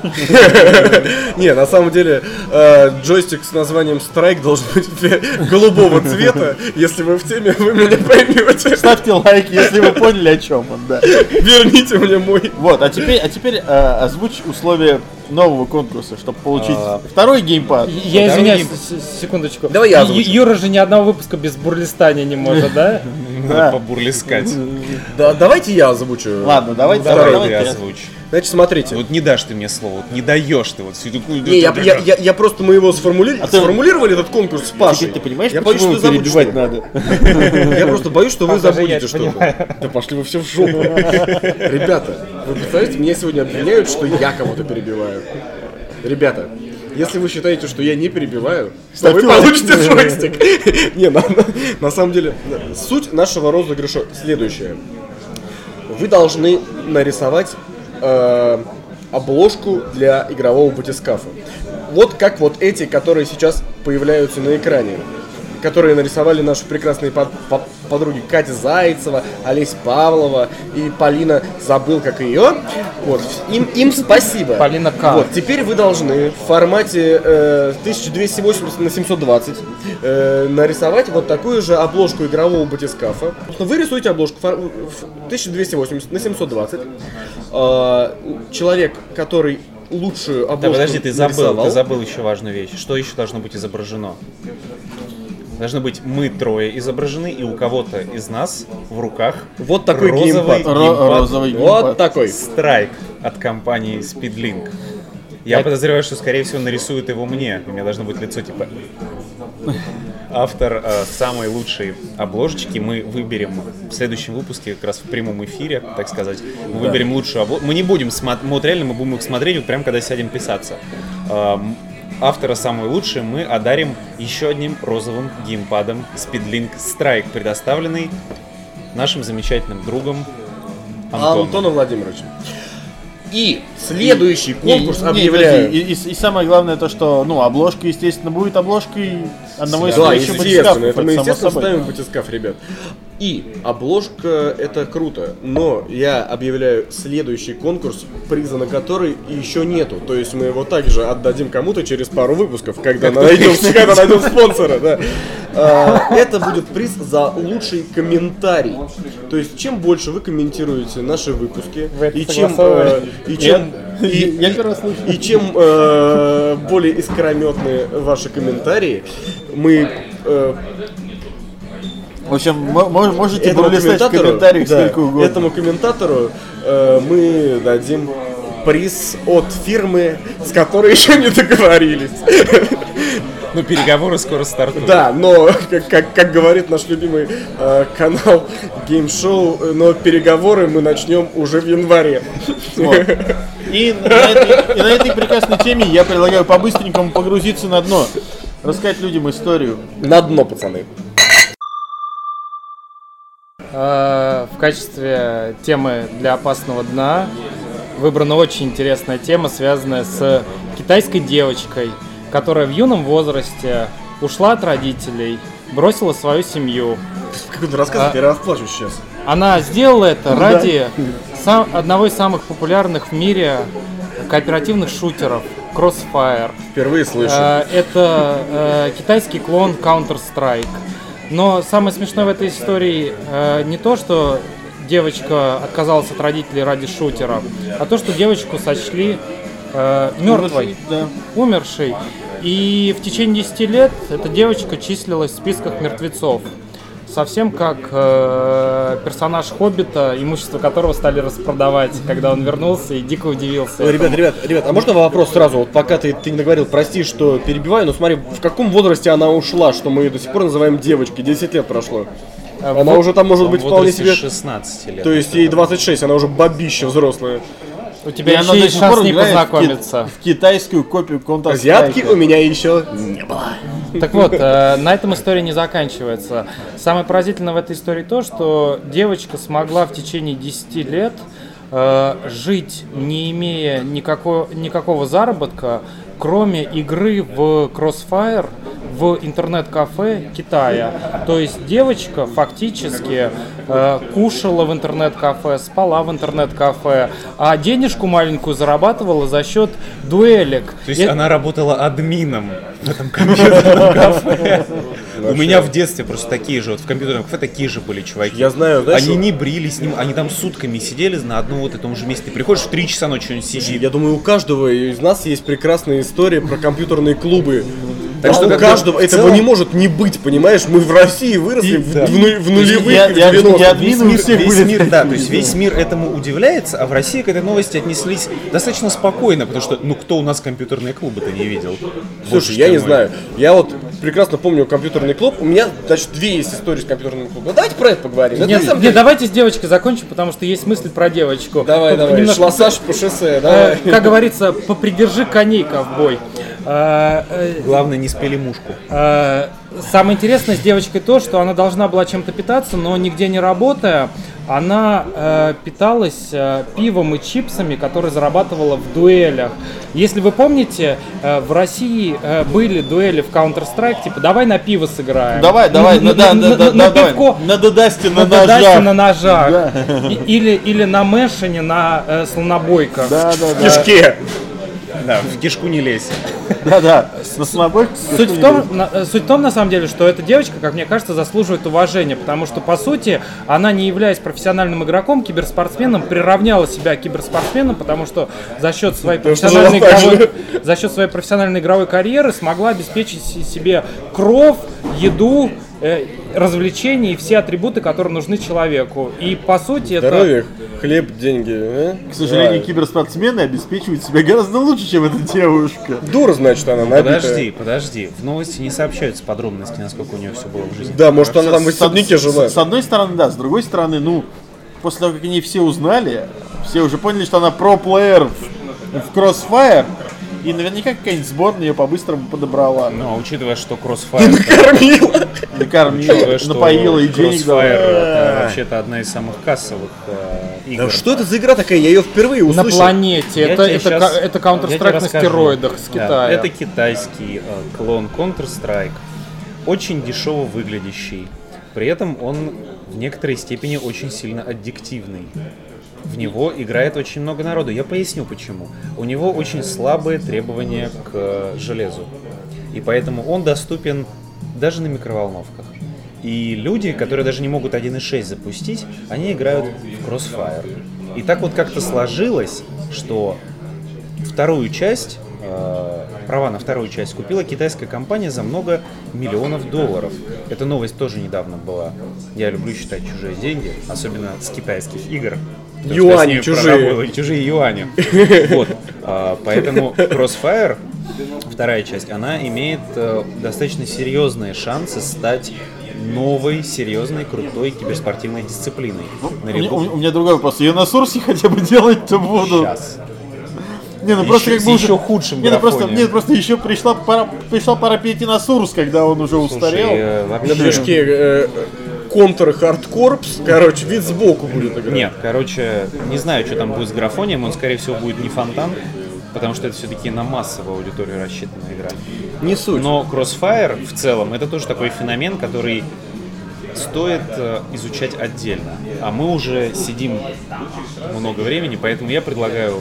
Не, на самом деле, э, джойстик с названием Strike должен быть голубого цвета. Если вы в теме, вы меня поймете. Ставьте лайк, если вы поняли, о чем он, да. Верните мне мой. Вот, а теперь, а теперь э, озвучь условия нового конкурса, чтобы получить второй геймпад. Я Второй извиняюсь, гейм- с- секундочку. Давай я Ю- озвучу. Юра же ни одного выпуска без бурлистания не может, да? Надо побурлескать. Да, давайте я озвучу. Ладно, давайте Давай второй. ты давайте. озвучь. Значит, смотрите. Вот не дашь ты мне слово, вот не даешь ты вот всю такую... Не, я, я, я, я просто мы его сформули... А ты- сформулировали этот конкурс с Пашей. Теперь ты понимаешь, я боюсь, почему что его вы забудете перебивать что-то. надо? Я просто боюсь, что вы Паша, даже я забудете это что-то. понимаю. Да пошли вы все в жопу. Ребята, вы представляете, меня сегодня обвиняют, что я кого-то перебиваю. Ребята, если вы считаете, что я не перебиваю, то вы Ставьте лайк. получите джойстик. Не, на, на- на самом деле, суть нашего розыгрыша следующая. Вы должны нарисовать э, обложку для игрового батискафа. Вот как вот эти, которые сейчас появляются на экране. Которые нарисовали наши прекрасные под- под- подруги Катя Зайцева, Олесь Павлова и Полина, забыл как ее. Вот, им, им спасибо. Полина К. Вот, теперь вы должны в формате э, тысяча двести восемьдесят на семьсот двадцать э, нарисовать вот такую же обложку игрового батискафа. Вы рисуете обложку фор- в тысяча двести восемьдесят на семьсот двадцать. Э, человек, который лучшую обложку Да подожди, ты забыл, нарисовал. ты забыл еще важную вещь. Что еще должно быть изображено? Должны быть мы трое изображены, и у кого-то из нас в руках Вот такой розовый геймпад. Ро- геймпад розовый Вот геймпад. такой. Страйк от компании Speedlink. Я подозреваю, что, скорее всего, нарисуют его мне. У меня должно быть лицо типа... Автор э, самой лучшей обложечки мы выберем в следующем выпуске, как раз в прямом эфире, так сказать. Мы выберем лучшую обложку. Мы не будем смотреть, вот реально мы будем их смотреть вот прямо когда сядем писаться. Эм, автора самой лучшей мы одарим еще одним розовым геймпадом Speedlink Strike, предоставленный нашим замечательным другом Антоном. Антоном Владимировичем. И следующий Не, конкурс не, объявляю. подожди, И, и- и самое главное то, что, ну, обложка, естественно, будет обложкой одного из Да, следующих естественно, батискафов, это мы, само естественно, собой. ставим батискаф, ребят. И обложка — это круто, но я объявляю следующий конкурс, приза на который еще нету. То есть мы его также отдадим кому-то через пару выпусков, когда найдем, когда найдем спонсора. Да. А, Это будет приз за лучший комментарий. То есть чем больше вы комментируете наши выпуски, Вы это и чем, согласовываете? э, и чем, и- Я первый раз слышу. и чем э, более искрометные ваши комментарии, мы э, В общем, мо- мо- можете этому пролистать в комментатору, комментариях да, сколько угодно. этому комментатору э, мы дадим приз от фирмы, с которой еще не договорились. Ну, переговоры скоро стартуют. Да, но, как, как, как говорит наш любимый э, канал Game Show, но переговоры мы начнем уже в январе. Вот. И, на этой, и на этой прекрасной теме я предлагаю по-быстренькому погрузиться на дно. Рассказать людям историю. На дно, пацаны. Э, В качестве темы для опасного дна выбрана очень интересная тема, связанная с китайской девочкой, которая в юном возрасте ушла от родителей, бросила свою семью. Как он рассказывает, А- я расплачусь сейчас. Она сделала это ради сам- одного из самых популярных в мире кооперативных шутеров — Crossfire. Впервые слышу. Э, Это э, китайский клон Counter-Strike. Но самое смешное в этой истории э, не то, что девочка отказалась от родителей ради шутера, а то, что девочку сочли э, мертвой, Да. умершей. И в течение десяти лет эта девочка числилась в списках мертвецов. Совсем как э, персонаж Хоббита, имущество которого стали распродавать, когда он вернулся, и дико удивился. Ой, ребят, этому. ребят, ребят, а можно вопрос сразу? Вот пока ты, ты не договорил, прости, что перебиваю, но смотри, в каком возрасте она ушла, что мы ее до сих пор называем девочкой? десять лет прошло. Э, Она в- уже там может В быть вполне возрасте себе... шестнадцати лет. То есть ей двадцать шесть, она уже бабища взрослая. У И тебя она еще до есть сих шанс пор с ней играет в ки- познакомиться. в китайскую копию Counter-Strike. Азиатки у меня еще не было. Так вот, э, на этом история не заканчивается. Самое поразительное в этой истории то, что девочка смогла в течение десяти лет э, жить, не имея никакого, никакого заработка, кроме игры в Crossfire в интернет-кафе Китая. То есть девочка фактически э, кушала в интернет-кафе, спала в интернет-кафе, а денежку маленькую зарабатывала за счет дуэлек. То есть И- она работала админом в этом компьютерном кафе. У меня в детстве просто такие же, вот в компьютерном кафе такие же были чуваки. Я знаю, знаешь, Они что- не брились, не- они там сутками сидели на одном вот этом же месте. Ты приходишь в три часа ночи, он сидит. Я думаю, у каждого из нас есть прекрасная история про компьютерные клубы. Так что у у каждого- каждого в этого целом- не может не быть, понимаешь? Мы в России выросли в, да. в ну- в нулевых, я- в я- девяностых. я- Весь админы у мир, всех весь были мир, такие. да, то есть весь мир этому удивляется, а в России к этой новости отнеслись достаточно спокойно, потому что, ну, кто у нас компьютерные клубы-то не видел? Слушай, Боже я ты не мой. знаю. Я вот прекрасно помню компьютерный клуб. У меня, значит, две есть истории с компьютерным клубом. Ну, давайте про это поговорим. Это на Нет, самом нет, деле- давайте с девочкой закончим, потому что есть мысль про девочку. Давай, По- давай. немножко- Шлассаж по шоссе, э, давай. Как говорится, попридержи коней, ковбой. Э, э, Главное, не спели мушку. э, Самое интересное с девочкой то, что она должна была чем-то питаться, но нигде не работая, она э, питалась э, пивом и чипсами, которые зарабатывала в дуэлях. Если вы помните, э, в России э, были дуэли в Counter-Strike, типа «давай на пиво сыграем». Давай, давай, На- ну да, на- да, на- да, на да, пивко. давай. На дедасте, на На дедасте, ножах. на ножах. И- Или, или на мэшине, на э, слонобойках. Да, да, В да. кишке. Да, в кишку не лезь. Да, да. На слабой. Суть в, том, на- э, суть в том, на самом деле, что эта девочка, как мне кажется, заслуживает уважения, потому что, по сути, она, не являясь профессиональным игроком, киберспортсменом, приравняла себя к киберспортсменам, потому что за счет своей что профессиональной жила так игровой, за счет своей профессиональной игровой карьеры смогла обеспечить се- себе кров, еду, э, развлечения и все атрибуты, которые нужны человеку. И, по сути, это... Здоровье, хлеб, деньги. а? К сожалению, Давай. киберспортсмены обеспечивают себя гораздо лучше, чем эта девушка. Дура, значит, она набитая. Подожди, подожди. В новости не сообщаются подробности, насколько у нее все было в жизни. Да, может, она там в С- Иссаднике с- жила. С одной стороны, да, с другой стороны, ну, после того, как они все узнали, все уже поняли, что она про-плеер в, в Crossfire, и наверняка какая-нибудь сборная ее по-быстрому подобрала. Ну, а учитывая, что Crossfire... Кормила. Накормила, Учитывая, что напоила и денег Crossfire дала. это вообще-то одна из самых кассовых э, игр. Да что это за игра такая? Я ее впервые На услышал. планете. Я Это, тебе это, щас- ка- это я тебе Counter-Strike на расскажу. стероидах с Да, Китая. это китайский э, клон Counter-Strike, очень дешево выглядящий. При этом он в некоторой степени очень сильно аддиктивный. В него играет очень много народу. Я поясню почему. У него очень слабые требования к э, железу. И поэтому он доступен даже на микроволновках. И люди, которые даже не могут один и шесть запустить, они играют в Crossfire. И так вот как-то сложилось, что вторую часть э, права на вторую часть купила китайская компания за много миллионов долларов. Эта новость тоже недавно была. Я люблю считать чужие деньги, особенно с китайских игр. Юани чужие. Чужие юани. Вот. А, поэтому Crossfire, вторая часть, она имеет э, достаточно серьезные шансы стать новой, серьезной, крутой киберспортивной дисциплиной. Ну, у, меня, у меня другой вопрос. Ее на Сурсе хотя бы делать-то буду. Сейчас. Не, ну просто еще, как бы еще уже... худшим не, ну просто, графоне. нет, просто еще пришла пора, пришла пора перейти на Сурс, когда он уже Слушай, устарел. э, вообще- На движке э, Counter Hard Corps, короче, вид сбоку будет играть. Нет, короче, не знаю, что там будет с графонием, он, скорее всего, будет не фонтан, потому что это все-таки на массовую аудиторию рассчитанная игра. Не суть. Но Crossfire в целом это тоже такой феномен, который стоит э, изучать отдельно. А мы уже сидим много времени, поэтому я предлагаю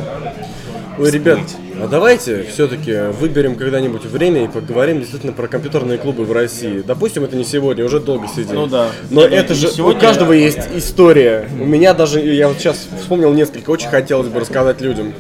Ой, ребят, всплыть. а давайте все-таки выберем когда-нибудь время и поговорим действительно про компьютерные клубы в России. Допустим, это не сегодня, уже долго сидим. Ну да. Но Не- это не же сегодня, у каждого а- есть история. У меня даже, я вот сейчас вспомнил несколько, очень хотелось бы рассказать людям.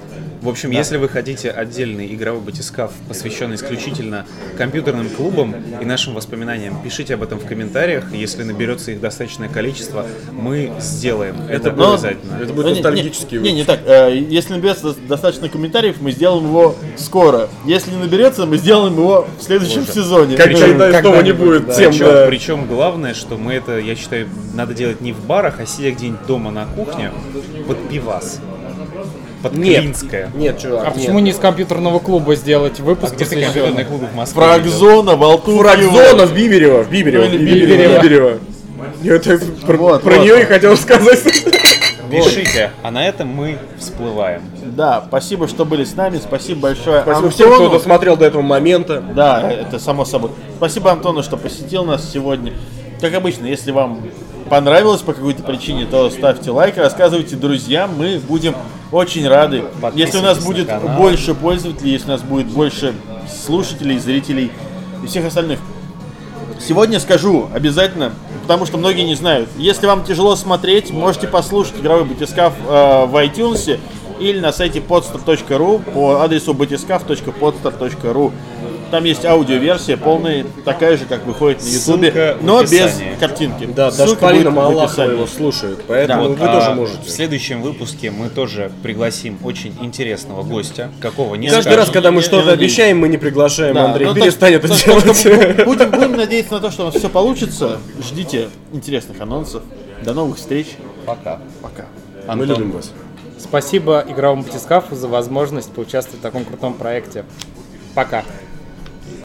В общем, если вы хотите отдельный игровой батискаф, посвященный исключительно компьютерным клубам и нашим воспоминаниям, пишите об этом в комментариях. Если наберется их достаточное количество, мы сделаем это, будет- обязательно. Это будет Ну, не- ностальгический Не, не, не выпуск. так. Э, Если наберется до- достаточно комментариев, мы сделаем его скоро. Если не наберется, мы сделаем его в следующем сезоне. Как когда снова не когда-нибудь, будет да. тем, Причем, да. причем главное, что мы это, я считаю, надо делать не в барах, а сидя где-нибудь дома на кухне под пивас. Под Нет, Клинское. нет, чувак, А нет. почему не из компьютерного клуба сделать выпуск, Где ты компьютерный посвященный? клуб в Москве? Фрагзона, Волтур. Фрагзона в Биберево, в Биберево, Ну, или в Биберево, Биберево. в Биберево. Я это про, Вот, про вот, нее вот. и хотел сказать. Пишите, а на этом мы всплываем. Да, спасибо, что были с нами. Спасибо большое Спасибо Антону. всем, кто досмотрел до этого момента. Да, это само собой. Спасибо Антону, что посетил нас сегодня. Как обычно, если вам понравилось по какой-то причине, то ставьте лайк, рассказывайте друзьям, мы будем очень рады. Если у нас Подписывайтесь будет на канал. больше пользователей, если у нас будет больше слушателей, зрителей и всех остальных. Сегодня скажу обязательно, потому что многие не знают. Если вам тяжело смотреть, можете послушать игровой батискаф э, в iTunes или на сайте podstar точка ру по адресу батискаф точка podstar точка ру. Там есть аудиоверсия, полная, такая же, как выходит на Ссылка Ютубе, в но без описании. картинки. Да, даже Ссылка Полина будет в Малахова описании. его слушает, поэтому Да, вы А, тоже В можете. следующем выпуске мы тоже пригласим очень интересного гостя, какого не Каждый скажем. раз, когда мы Я- что-то я надеюсь. обещаем, мы не приглашаем, Да, Андрей ну, так- перестань это так что делать. бу- Будем, будем надеяться на то, что у нас все получится. Ждите интересных анонсов. До новых встреч. Пока. Пока. Мы Антон, любим вас. Спасибо игровому батискафу за возможность поучаствовать в таком крутом проекте. Пока.